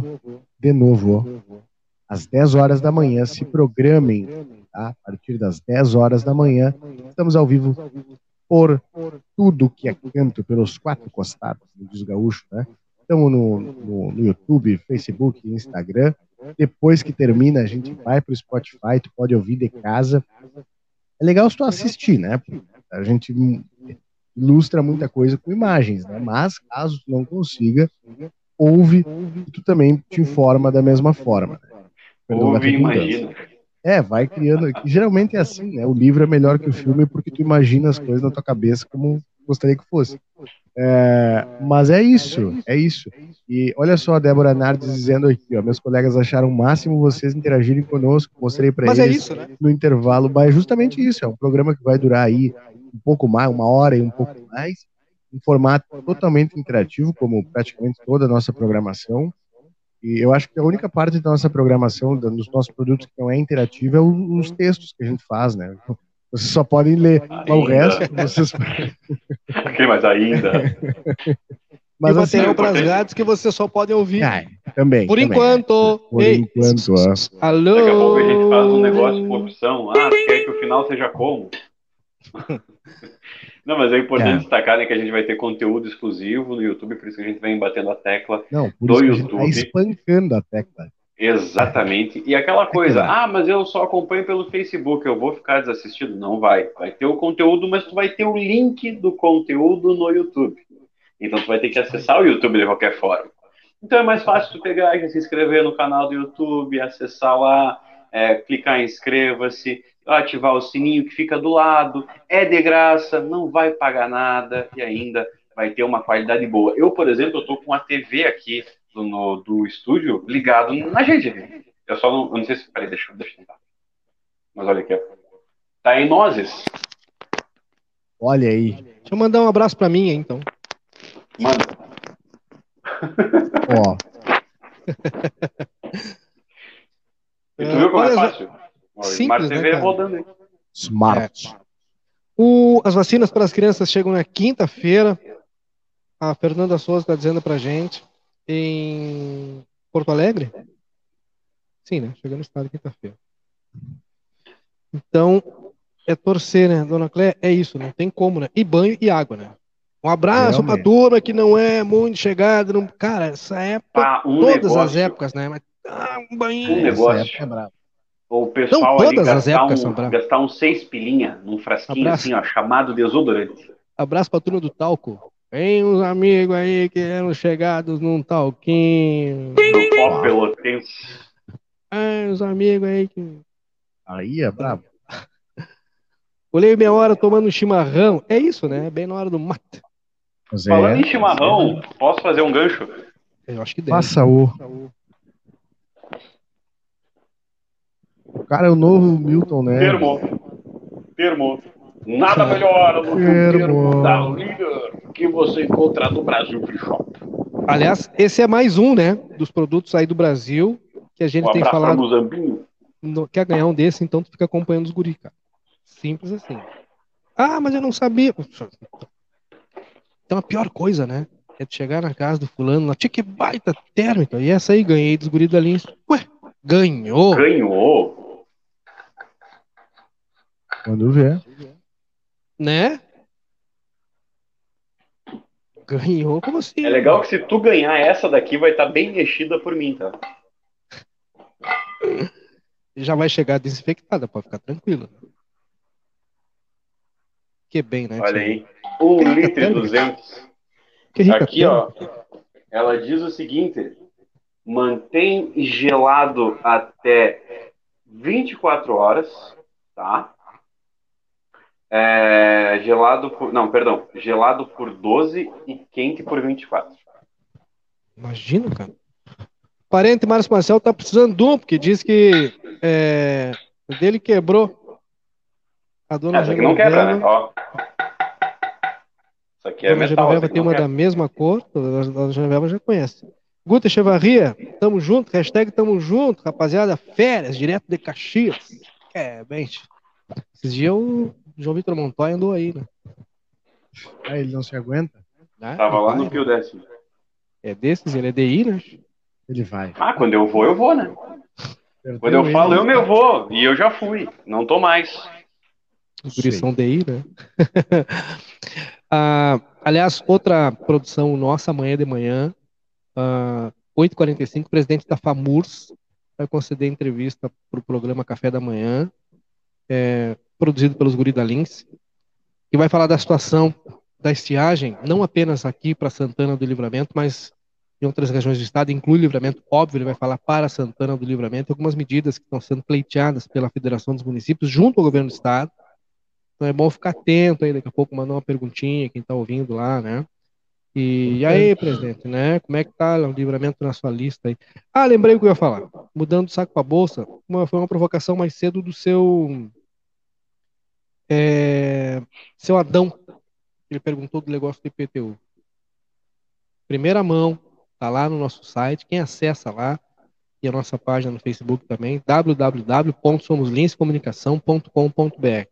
às 10 horas da manhã, se programem, tá? A partir das 10 horas da manhã, estamos ao vivo por tudo que é canto pelos quatro costados, no Diz Gaúcho, né? Estamos no YouTube, Facebook, Instagram. Depois que termina, a gente vai para o Spotify, tu pode ouvir de casa. É legal se tu assistir, né? A gente ilustra muita coisa com imagens, né? Mas, caso tu não consiga, ouve e tu também te informa da mesma forma. Ouve e imagina. Vai criando. Geralmente é assim, né? O livro é melhor que o filme porque tu imagina as coisas na tua cabeça como gostaria que fosse. Mas é isso. E olha só a Débora Nardes dizendo aqui, ó, meus colegas acharam o máximo vocês interagirem conosco, mostrei para eles isso, né? no intervalo, mas é justamente isso, é um programa que vai durar aí um pouco mais, 1 hora e um pouco mais, em formato totalmente interativo, como praticamente toda a nossa programação. E eu acho que a única parte da nossa programação, dos nossos produtos que não é interativa, é os textos que a gente faz, né? Vocês só podem ler, mas o resto vocês... Mas ainda... Mas e material para as grades que vocês só podem ouvir. Também. Enquanto. Alô? Daqui a pouco a gente faz um negócio com opção. Quer que o final seja como? Não, mas é importante destacar, né, que a gente vai ter conteúdo exclusivo no YouTube, por isso que a gente vem batendo a tecla do YouTube. A gente tá espancando a tecla. Exatamente. E aquela coisa, mas eu só acompanho pelo Facebook, eu vou ficar desassistido? Não vai. Vai ter o conteúdo, mas tu vai ter o link do conteúdo no YouTube. Então tu vai ter que acessar o YouTube de qualquer forma. Então é mais fácil tu pegar e se inscrever no canal do YouTube, acessar lá, clicar em inscreva-se. ativar o sininho que fica do lado, é de graça, não vai pagar nada e ainda vai ter uma qualidade boa. Eu, por exemplo, eu tô com a TV aqui do estúdio ligado na gente. Eu não sei se... Peraí, deixa eu tentar. Mas olha aqui, ó. Tá em nozes. Olha aí. Deixa eu mandar um abraço pra mim, então. Manda. Ó. E tu viu como olha, é fácil? simples, Smart TV né, rodando aí. Smart. As vacinas para as crianças chegam na quinta-feira. A Fernanda Souza está dizendo pra gente. Em Porto Alegre? Sim, né? Chegando no estado quinta-feira. Então, é torcer, né, dona Clé? É isso, não tem como, né? E banho e água, né? Um abraço pra Realmente. turma que não é muito chegada. Não... Cara, essa época, todas as épocas, né? Mas um banho. Um Essa negócio. época é brava. O Não, pessoal ali todas as épocas são bravas. gastar uns 6 pilinha num frasquinho Abraço. assim, ó, chamado desodorante. Abraço pra turma do talco. Tem uns amigos aí que eram chegados num talquinho. Do pó pelotense. Os amigos aí que. Aí é brabo. Olhei meia hora tomando um chimarrão. É isso, né? Bem na hora do mate. Mas Falando em chimarrão, posso fazer um gancho? Eu acho que deve. Faça o. O cara é o novo Milton Neves. Termo. Nada melhor do que o Termo. termo da líder que você encontra no Brasil Free Shop. Aliás, esse é mais um, né? Dos produtos aí do Brasil que a gente Um tem abraço pra falado. Muzambinho. Quer ganhar um desse, então tu fica acompanhando os guri, cara. Simples assim. Ah, mas eu não sabia. Então a pior coisa, né? É tu chegar na casa do fulano, lá, tinha que baita térmica. E essa aí, ganhei dos guris da Lins. Ué, ganhou? Ganhou. Quando vê. Né? Ganhou? Como assim? É legal que se tu ganhar essa daqui, vai estar bem mexida por mim, tá? Já vai chegar desinfectada, pode ficar tranquilo. Que bem, né? Olha tia? aí. 1 Que rica litro e térmica. 200. Que rica Aqui, térmica. ó. Ela diz o seguinte: mantém gelado até 24 horas, tá? Gelado por 12 e quente por 24. Imagina, cara. O parente Márcio Marcel tá precisando de um, porque diz que o dele quebrou. A dona Essa aqui não quebra, né? Genoveva. Ó. Isso aqui A é dona metal, Genoveva essa aqui tem não uma da quebra. mesma cor. A dona Genoveva já conhece. Guta Echevarria, tamo junto. Hashtag tamo junto, rapaziada. Férias, direto de Caxias. Bem. Esses dias o João Vitor Montoya andou aí, né? Ah, ele não se aguenta? Tava lá Vai, no Pio né? Décimo. É desses, ele é DI, né? Ele vai. Ah, quando eu vou, né? Quando eu falo, eu vou. E eu já fui. Não tô mais. Os guris são DI, né? Aliás, outra produção nossa, amanhã de manhã, 8h45, o presidente da FAMURS vai conceder entrevista para o programa Café da Manhã, produzido pelos guri da Lins, que vai falar da situação da estiagem, não apenas aqui para Santana do Livramento, mas em outras regiões do estado, inclui o Livramento, óbvio, ele vai falar para Santana do Livramento, algumas medidas que estão sendo pleiteadas pela Federação dos Municípios junto ao governo do estado. Então é bom ficar atento aí, daqui a pouco mandar uma perguntinha, quem está ouvindo lá, né? E aí, presidente, né? Como é que tá o Livramento na sua lista aí? Ah, lembrei o que eu ia falar. Mudando de saco para bolsa, foi uma provocação mais cedo do seu Adão. Ele perguntou do negócio do IPTU. Primeira mão, tá lá no nosso site. Quem acessa lá, e a nossa página no Facebook também, www.somoslinscomunicação.com.br.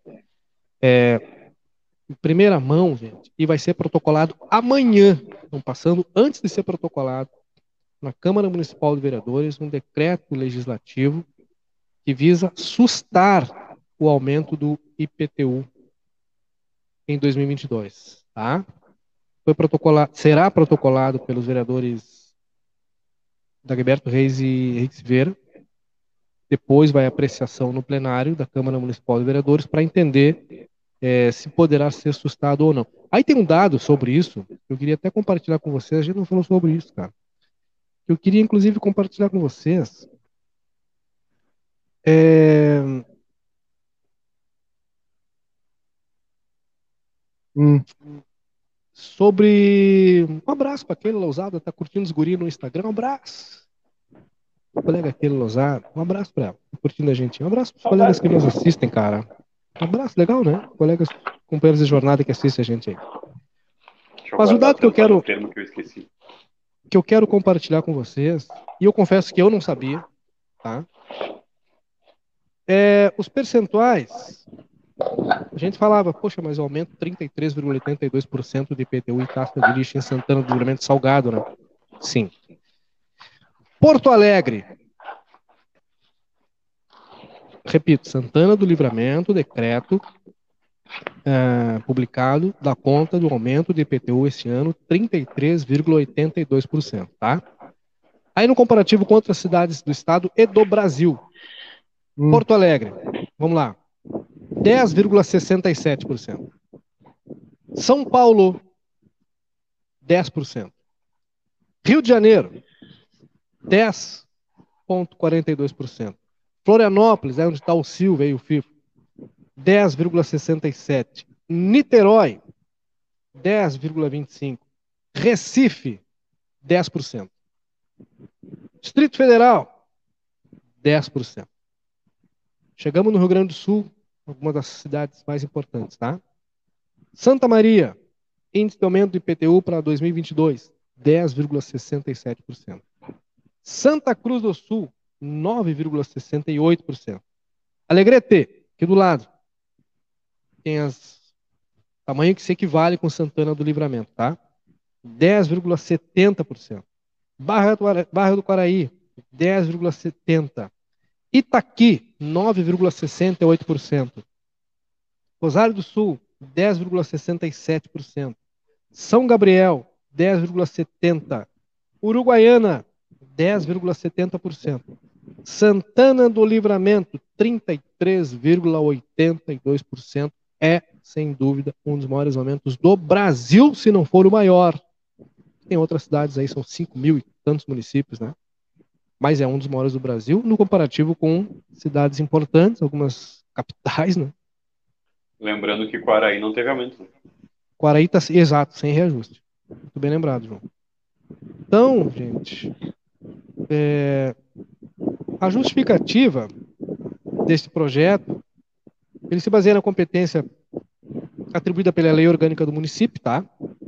Em primeira mão, gente, e vai ser protocolado amanhã. Estão passando antes de ser protocolado na Câmara Municipal de Vereadores um decreto legislativo que visa sustar o aumento do IPTU em 2022, tá? Será protocolado pelos vereadores Dagberto Reis e Henrique Silveira. Depois vai a apreciação no plenário da Câmara Municipal de Vereadores para entender se poderá ser sustado ou não. Aí tem um dado sobre isso, que eu queria até compartilhar com vocês, a gente não falou sobre isso, cara. Eu queria, inclusive, compartilhar com vocês. Sobre... Um abraço para aquele Lousada, tá curtindo os guri no Instagram, um abraço. O colega aquele Lousada, um abraço para ela, tá curtindo a gente. Um abraço pros colegas que nos assistem, cara. Um abraço, legal, né? Colegas, companheiros de jornada que assistem a gente aí. Deixa eu Mas o guardar, dado que eu pensar no quero... termo que eu esqueci. que eu quero compartilhar com vocês, e eu confesso que eu não sabia, tá? Os percentuais, a gente falava, poxa, mas eu aumento 33,82% de IPTU e taxa de lixo em Santana do Livramento Salgado, né? Sim. Porto Alegre, repito, Santana do Livramento, decreto publicado dá conta do aumento de IPTU esse ano, 33,82%, tá? Aí no comparativo com outras cidades do estado e do Brasil, Porto Alegre, vamos lá, 10,67%. São Paulo, 10%. Rio de Janeiro, 10,42%. Florianópolis, onde está o Silva e o FIFO, 10,67%. Niterói, 10,25%. Recife, 10%. Distrito Federal, 10%. Chegamos no Rio Grande do Sul, alguma das cidades mais importantes, tá? Santa Maria, índice de aumento do IPTU para 2022, 10,67%. Santa Cruz do Sul, 9,68%. Alegrete, aqui do lado, tem as tamanho que se equivale com Santana do Livramento, tá? 10,70%. Barra do Quaraí, 10,70%. Itaqui, 9,68%. Rosário do Sul, 10,67%. São Gabriel, 10,70%. Uruguaiana, 10,70%. Santana do Livramento, 33,82%. É, sem dúvida, um dos maiores aumentos do Brasil, se não for o maior. Tem outras cidades aí, são 5 mil e tantos municípios, né? Mas é um dos maiores do Brasil, no comparativo com cidades importantes, algumas capitais, né? Lembrando que Quaraí não teve aumento. Quaraí tá, exato, sem reajuste. Muito bem lembrado, João. Então, gente, a justificativa desse projeto, ele se baseia na competência atribuída pela Lei Orgânica do município, tá?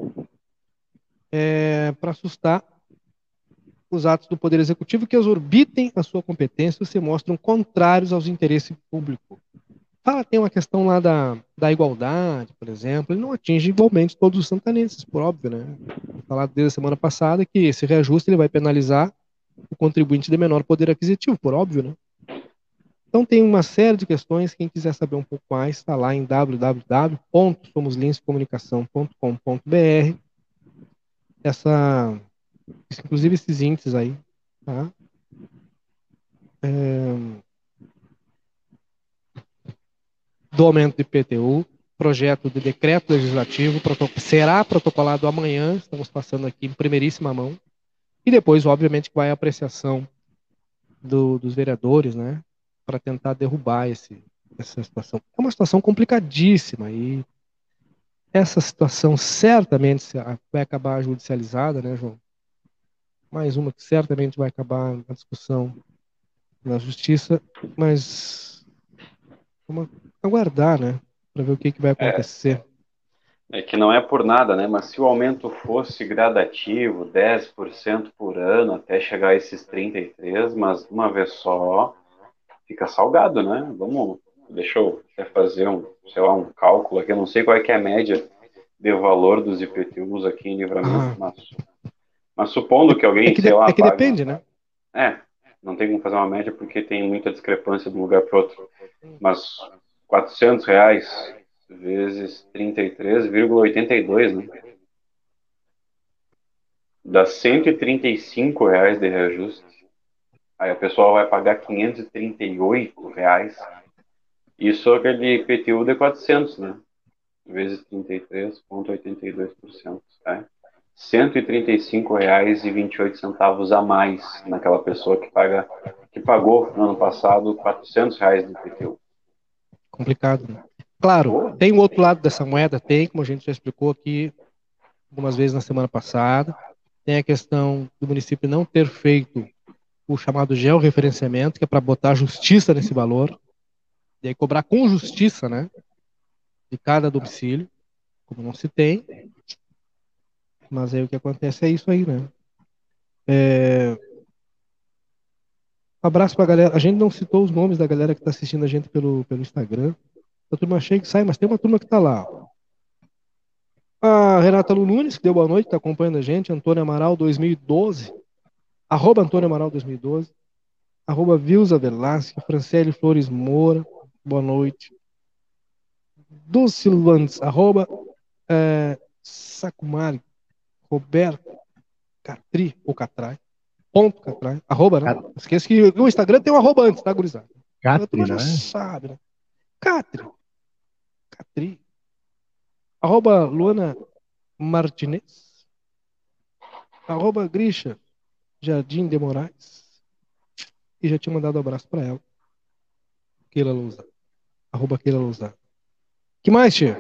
Para assustar os atos do Poder Executivo que exorbitem a sua competência ou se mostram contrários aos interesses públicos. Tem uma questão lá da igualdade, por exemplo, ele não atinge igualmente todos os santanenses, por óbvio, né? Falado desde a semana passada que esse reajuste ele vai penalizar o contribuinte de menor poder aquisitivo, por óbvio, né? Então tem uma série de questões, quem quiser saber um pouco mais, está lá em www.somoslinscomunicação.com.br. Inclusive esses índices aí, tá? Do aumento do IPTU, projeto de decreto legislativo, será protocolado amanhã, estamos passando aqui em primeiríssima mão, e depois, obviamente, vai a apreciação dos vereadores, né, para tentar derrubar essa situação. É uma situação complicadíssima e essa situação certamente vai acabar judicializada, né, João? Mais uma que certamente vai acabar na discussão na justiça, mas vamos aguardar, né, para ver o que vai acontecer. É que não é por nada, né? Mas se o aumento fosse gradativo, 10% por ano, até chegar a esses 33%, mas de uma vez só, fica salgado, né? Deixa eu até fazer um cálculo aqui, eu não sei qual é que é a média de valor dos IPTUs aqui em Livramento, mas supondo que alguém, sei lá, que depende, né? Não tem como fazer uma média porque tem muita discrepância de um lugar para outro. Mas R$ 400 vezes 33,82, né? Dá R$ 135 de reajuste. Aí a pessoa vai pagar R$ 538. Isso é aquele IPTU de 400, né? Vezes 33,82%. Tá? R$ 135,28 a mais naquela pessoa que pagou no ano passado R$ 400 de IPTU. Complicado, né? Claro, tem o outro lado dessa moeda, tem, como a gente já explicou aqui algumas vezes na semana passada, tem a questão do município não ter feito o chamado georreferenciamento, que é para botar justiça nesse valor, e aí cobrar com justiça, né, de cada domicílio, como não se tem, mas aí o que acontece é isso aí, né. Abraço pra galera, a gente não citou os nomes da galera que tá assistindo a gente pelo Instagram, a turma chega e sai, mas tem uma turma que tá lá, ó. A Renata Lu Nunes, que deu boa noite, tá acompanhando a gente, Antônio Amaral 2012, arroba Antônio Amaral 2012, arroba Vilza Velasque, Franciele Flores Moura, boa noite. Dulce Luandes, arroba Sacumari, Roberto Catri, ou Catrai, ponto Catrai, arroba, né? Esqueça que no Instagram tem um arroba antes, tá, gurizada? A turma já sabe, né? Catri, arroba Luana Martinez, arroba Grisha Jardim de Moraes, e já tinha mandado um abraço pra ela, Keila Lousada, arroba Keila Lousada. Que mais, tia?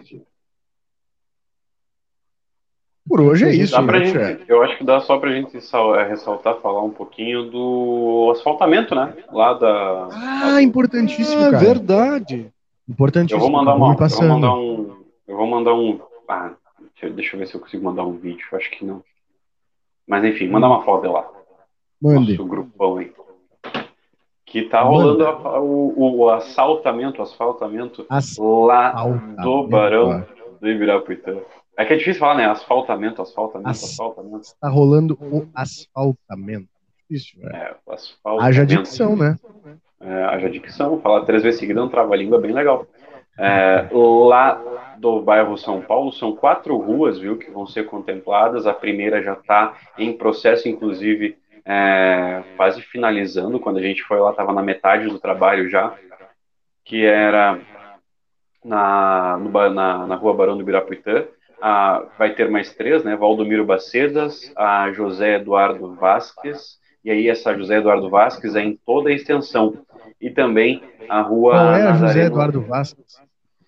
Por hoje é isso. Eu acho que dá só pra gente ressaltar, falar um pouquinho do asfaltamento, né? Lá da... Importantíssimo, cara. Verdade. Importantíssimo. Eu vou mandar um... Ah, deixa eu ver se eu consigo mandar um vídeo. Acho que não. Mas enfim, mandar uma foto lá. Mande. Nosso grupão aí. Que tá rolando o asfaltamento lá do Barão do Ibirapuitã. É que é difícil falar, né? Asfaltamento. Tá rolando o asfaltamento. Difícil, velho. O asfaltamento. Haja dicção, né? Haja dicção. Falar 3 vezes seguida é um trava-língua bem legal. Lá do bairro São Paulo, são 4 ruas, viu, que vão ser contempladas. A primeira já está em processo, inclusive, quase finalizando. Quando a gente foi lá, estava na metade do trabalho já, que era na rua Barão do Ibirapuitã. Vai ter mais 3, né? Valdomiro Bacedas, a José Eduardo Vasques, e aí essa José Eduardo Vasques é em toda a extensão. E também a rua... Qual é a José Eduardo Vasques?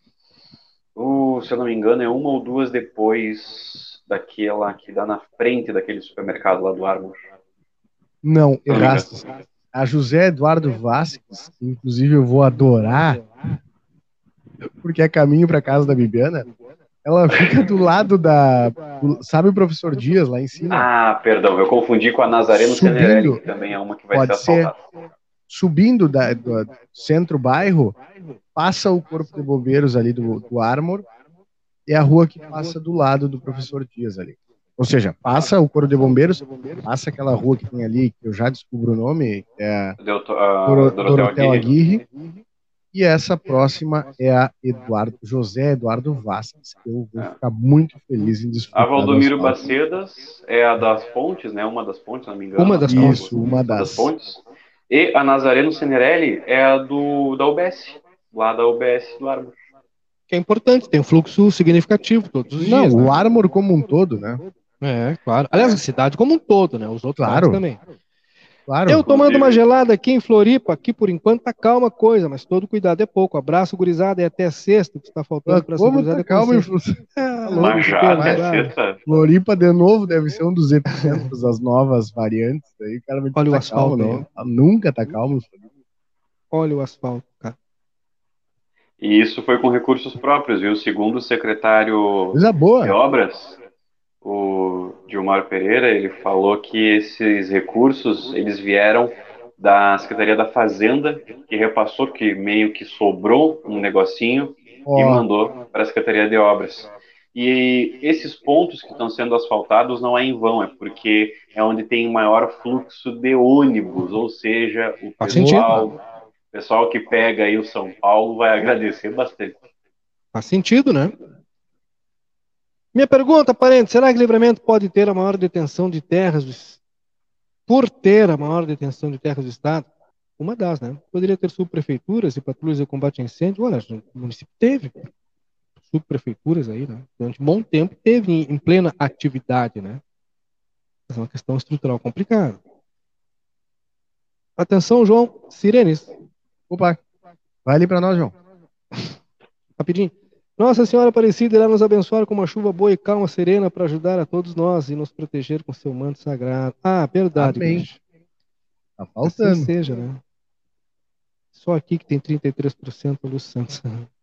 Se eu não me engano, é uma ou duas depois daquela que dá na frente daquele supermercado lá do Armor. Não, erraste. A José Eduardo Vasques, inclusive eu vou adorar, porque é caminho para casa da Bibiana. Ela fica do lado sabe o professor Dias lá em cima? Perdão, eu confundi com a Nazareno Cenerelli, que também é uma que vai ser asfaltada. Subindo do centro-bairro, passa o Corpo de Bombeiros ali do Armor, é a rua que passa do lado do professor Dias ali. Ou seja, passa o Corpo de Bombeiros, passa aquela rua que tem ali, que eu já descubro o nome, é Dorotel Aguirre, e essa próxima é a José Eduardo Vasques, que eu vou ficar muito feliz em desfrutar. A Valdomiro Bacedas é a das pontes, né? Uma das pontes, se não me engano. Uma das pontes. E a Nazareno Cenerelli é a da UBS, lá da UBS do Armor. Que é importante, tem um fluxo significativo todos os dias. Não, o Armor como um todo, né? Claro. Aliás, a cidade como um todo, né? Os outros também. Claro. Eu tomando uma gelada aqui em Floripa, aqui por enquanto tá calma a coisa, mas todo cuidado é pouco. Abraço, gurizada, e até sexta, que está faltando para essa gurizada. Tá calma, Floripa de novo deve ser um dos epicentros das novas variantes. Aí, cara, olha o asfalto, não. Nunca tá calmo. Olha o asfalto, cara. E isso foi com recursos próprios, viu? Segundo o secretário de Obras, o Gilmar Pereira, ele falou que esses recursos, eles vieram da Secretaria da Fazenda, que repassou, que meio que sobrou um negocinho e mandou para a Secretaria de Obras. E esses pontos que estão sendo asfaltados não é em vão, é porque é onde tem maior fluxo de ônibus, ou seja, o pessoal que pega aí o São Paulo vai agradecer bastante. Faz sentido, né? Minha pergunta, parente, será que Livramento pode ter a maior detenção de terras por ter a maior detenção de terras do Estado? Uma das, né? Poderia ter subprefeituras e patrulhas de combate a incêndio. Olha, o município teve subprefeituras aí, né? Durante um bom tempo teve em plena atividade, né? Mas é uma questão estrutural complicada. Atenção, João. Sirenes. Opa, vai ali para nós, João. Rapidinho. Nossa Senhora Aparecida irá nos abençoar com uma chuva boa e calma, serena, para ajudar a todos nós e nos proteger com seu manto sagrado. Ah, verdade, Amém. bicho. Tá Assim faltando. seja, né? Só aqui que tem 33% Luz Santos.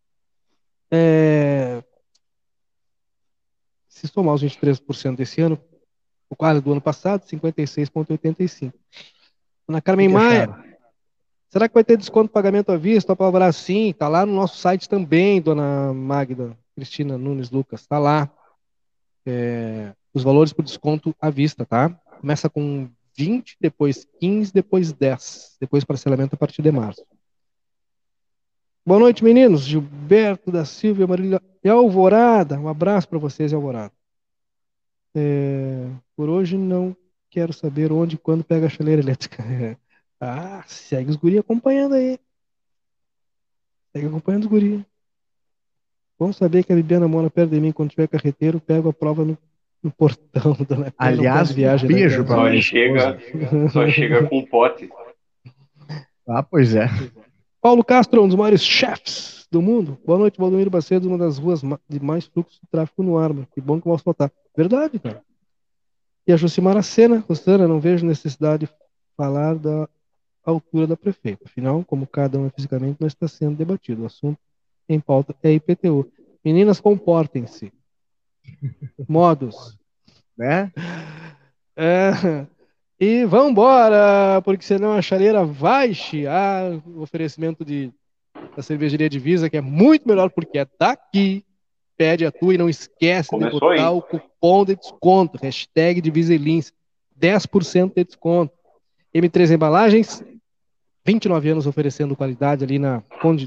Se somar os 23% desse ano, o quadro do ano passado, 56,85. Ana O Carmen que Maia, acharam? será que vai ter desconto pagamento à vista? Apavorar sim, tá lá no nosso site também, dona Magda Cristina Nunes Lucas, tá lá. Os valores por desconto à vista, tá? Começa com 20, depois 15, depois 10, depois parcelamento a partir de março. Boa noite, meninos. Gilberto da Silva, Marília e Alvorada. Um abraço para vocês, Alvorada. Por hoje não quero saber onde e quando pega a chaleira elétrica. Segue os guri acompanhando aí. Segue acompanhando os guri. Vamos saber que a Bibiana mora perto de mim. Quando tiver carreteiro, pego a prova no portão. Dona Cléia não Aliás, pode viagem, né, beijo cara? pra minha esposa. Só chega com pote. Ah, pois é. Paulo Castro, um dos maiores chefs do mundo. Boa noite, Valdomiro Bacedo, uma das ruas de mais fluxo de tráfego no ar. Mano. Que bom que eu posso votar. Verdade, cara. E a Josimara Sena, Rosana, não vejo necessidade de falar da altura da prefeita. Afinal, como cada um é fisicamente, não está sendo debatido. O assunto em pauta é IPTU. Meninas, comportem-se. Modos. Né? E vambora, porque senão a chaleira vai chiar. O oferecimento da cervejaria Divisa, que é muito melhor porque é daqui. Pede a tua e não esquece Começou, de botar hein? o cupom de desconto. Hashtag Diviselins. 10% de desconto. M3 Embalagens, 29 anos oferecendo qualidade ali na Conde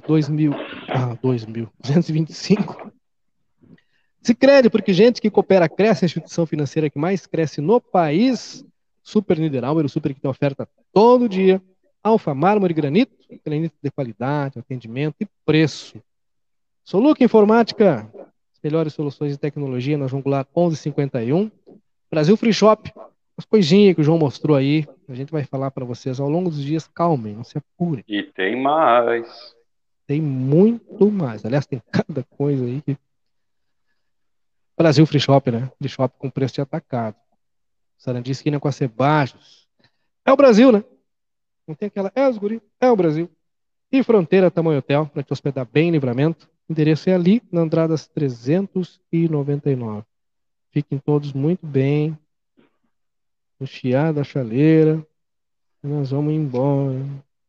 225. Sicredi, porque gente que coopera cresce, a instituição financeira que mais cresce no país. Super Niederauer, o super que tem oferta todo dia. Alfa Mármore Granito, granito de qualidade, atendimento e preço. Soluca Informática, as melhores soluções de tecnologia na João Goulart 1151. Brasil Free Shop, as coisinhas que o João mostrou aí, a gente vai falar para vocês ao longo dos dias. Calmem, não se apurem. E tem mais. Tem muito mais. Aliás, tem cada coisa aí que... Brasil Free Shop, né? Free Shop com preço de atacado. Sarandi esquina com a Sebajos. É o Brasil, né? Não tem aquela... É os guri, é o Brasil. E Fronteira Tamanho Hotel, para te hospedar bem em Livramento. O endereço é ali, na Andradas 399. Fiquem todos muito bem. No chiar da chaleira. Nós vamos embora.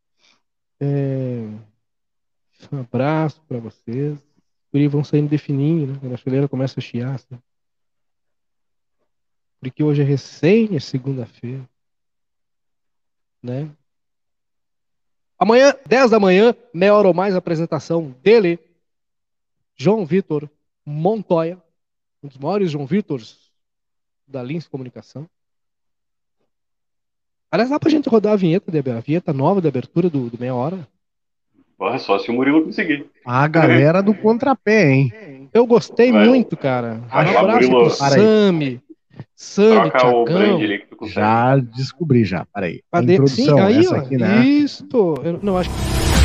Um abraço para vocês. Os guri vão saindo de fininho, né? Quando a chaleira começa a chiar. Assim. Porque hoje é recém, é segunda-feira. Né? Amanhã, 10 da manhã, meia hora ou mais, apresentação dele, João Vitor Montoya, um dos maiores João Vitors da Lins Comunicação. Aliás, dá pra gente rodar a vinheta nova de abertura do meia hora? Só se o Murilo conseguir. A galera do contrapé, hein? Eu gostei muito, cara. Um abraço pro Sami, Troca Thiagão. o brand ali que tu consegue. Já descobri, já. Peraí. A Cadê? introdução, Sim, aí, essa ó, aqui, né? Isto. Eu não acho que...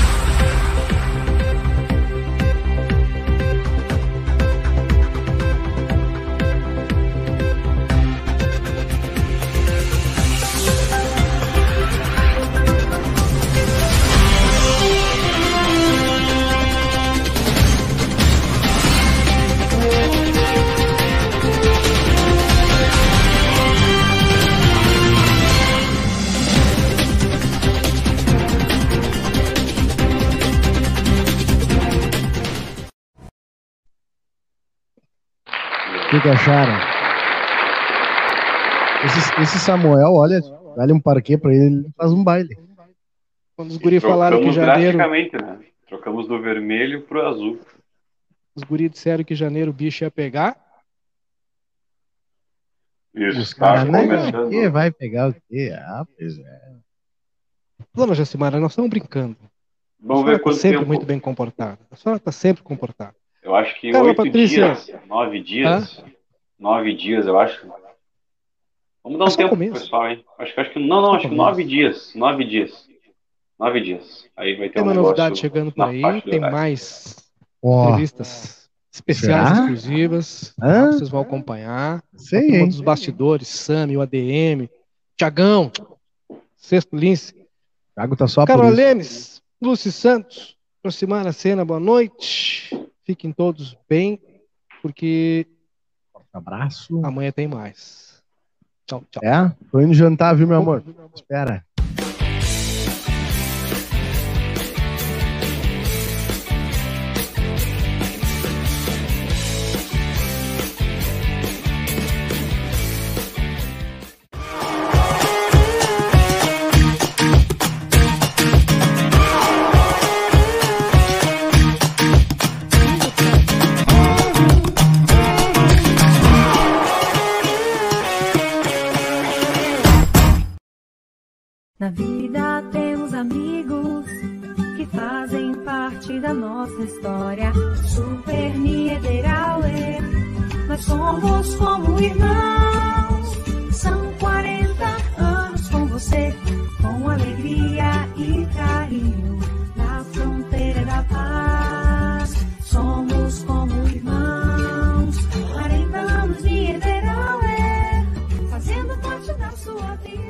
O que acharam? Esse Samuel, olha, dá-lhe um parquê pra ele faz um baile. Quando os guri falaram que janeiro... drasticamente, né? Trocamos do vermelho pro azul. Os guri disseram que janeiro o bicho ia pegar. Isso, Os caras, né? começando. O quê? Vai pegar o quê? Ah, pois é. Dona Jacimara, nós estamos brincando. Vamos A ver senhora quanto está sempre tempo. muito bem comportada. A senhora está sempre comportada. Eu acho que Carla 8 Patrícia. dias, 9 dias. 9 dias, eu acho. Vamos dar um Acho que é o tempo pro começo. pessoal, hein? Acho que não, acho que 9 dias. 9 dias. 9 dias. Aí vai ter Tem um uma negócio novidade chegando por na aí. faixa do Tem horário. mais Ó, entrevistas especiais Será? exclusivas. Hã? Vocês vão acompanhar. Sei, A turma hein? dos bastidores, Sami, o ADM, Tiagão, Sexto Lince, Thiago tá só por Carol isso. Lemes, Lúcio Santos, aproximar a cena, boa noite. Fiquem todos bem, porque Abraço. amanhã tem mais. Tchau, tchau. É? Tô indo jantar, viu, meu amor? Espera. Na vida temos amigos que fazem parte da nossa história. Super Niederauer, nós somos como irmãos. São 40 anos com você, com alegria e carinho, na fronteira da paz. Somos como irmãos, 40 anos de Niederauer, fazendo parte da sua vida.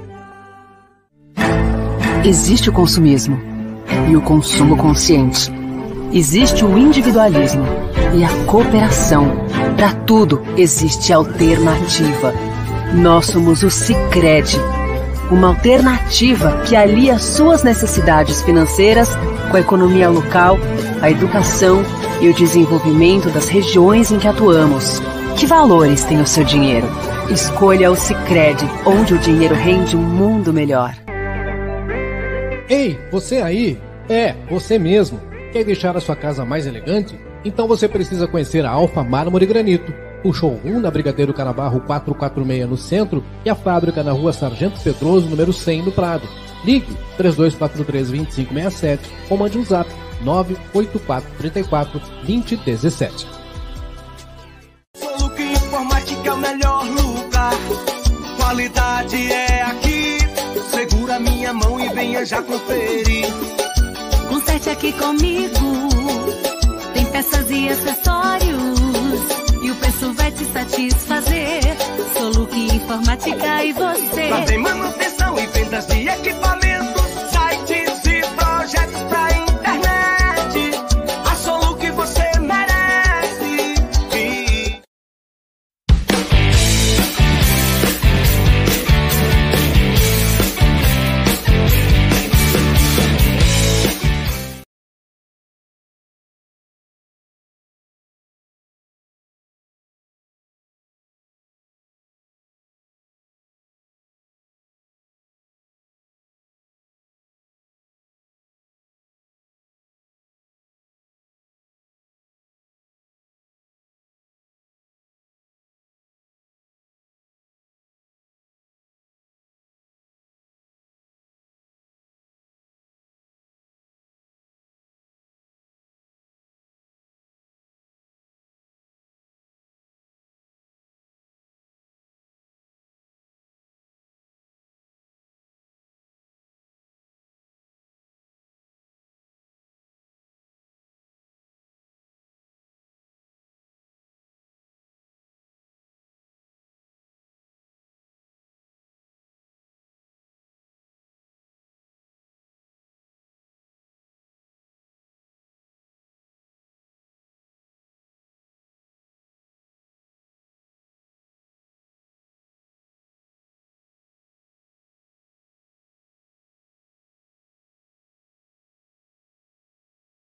Existe o consumismo e o consumo consciente. Existe o individualismo e a cooperação. Para tudo existe alternativa. Nós somos o Sicredi, uma alternativa que alia suas necessidades financeiras com a economia local, a educação e o desenvolvimento das regiões em que atuamos. Que valores tem o seu dinheiro? Escolha o Sicredi, onde o dinheiro rende um mundo melhor. Ei, você aí? É, você mesmo. Quer deixar a sua casa mais elegante? Então você precisa conhecer a Alfa Mármore e Granito, o showroom na Brigadeiro Canabarro 446 no centro e a fábrica na Rua Sargento Pedroso, número 100 no Prado. Ligue 3243-2567 ou mande um zap 98434-2017. Soluque Informática é o melhor lugar. Qualidade é aqui. Segura minha mão e venha já conferir. Conserte aqui comigo. Tem peças e acessórios e o preço vai te satisfazer. Soluque Informática e você. Lá tem manutenção e vendas de equipamento.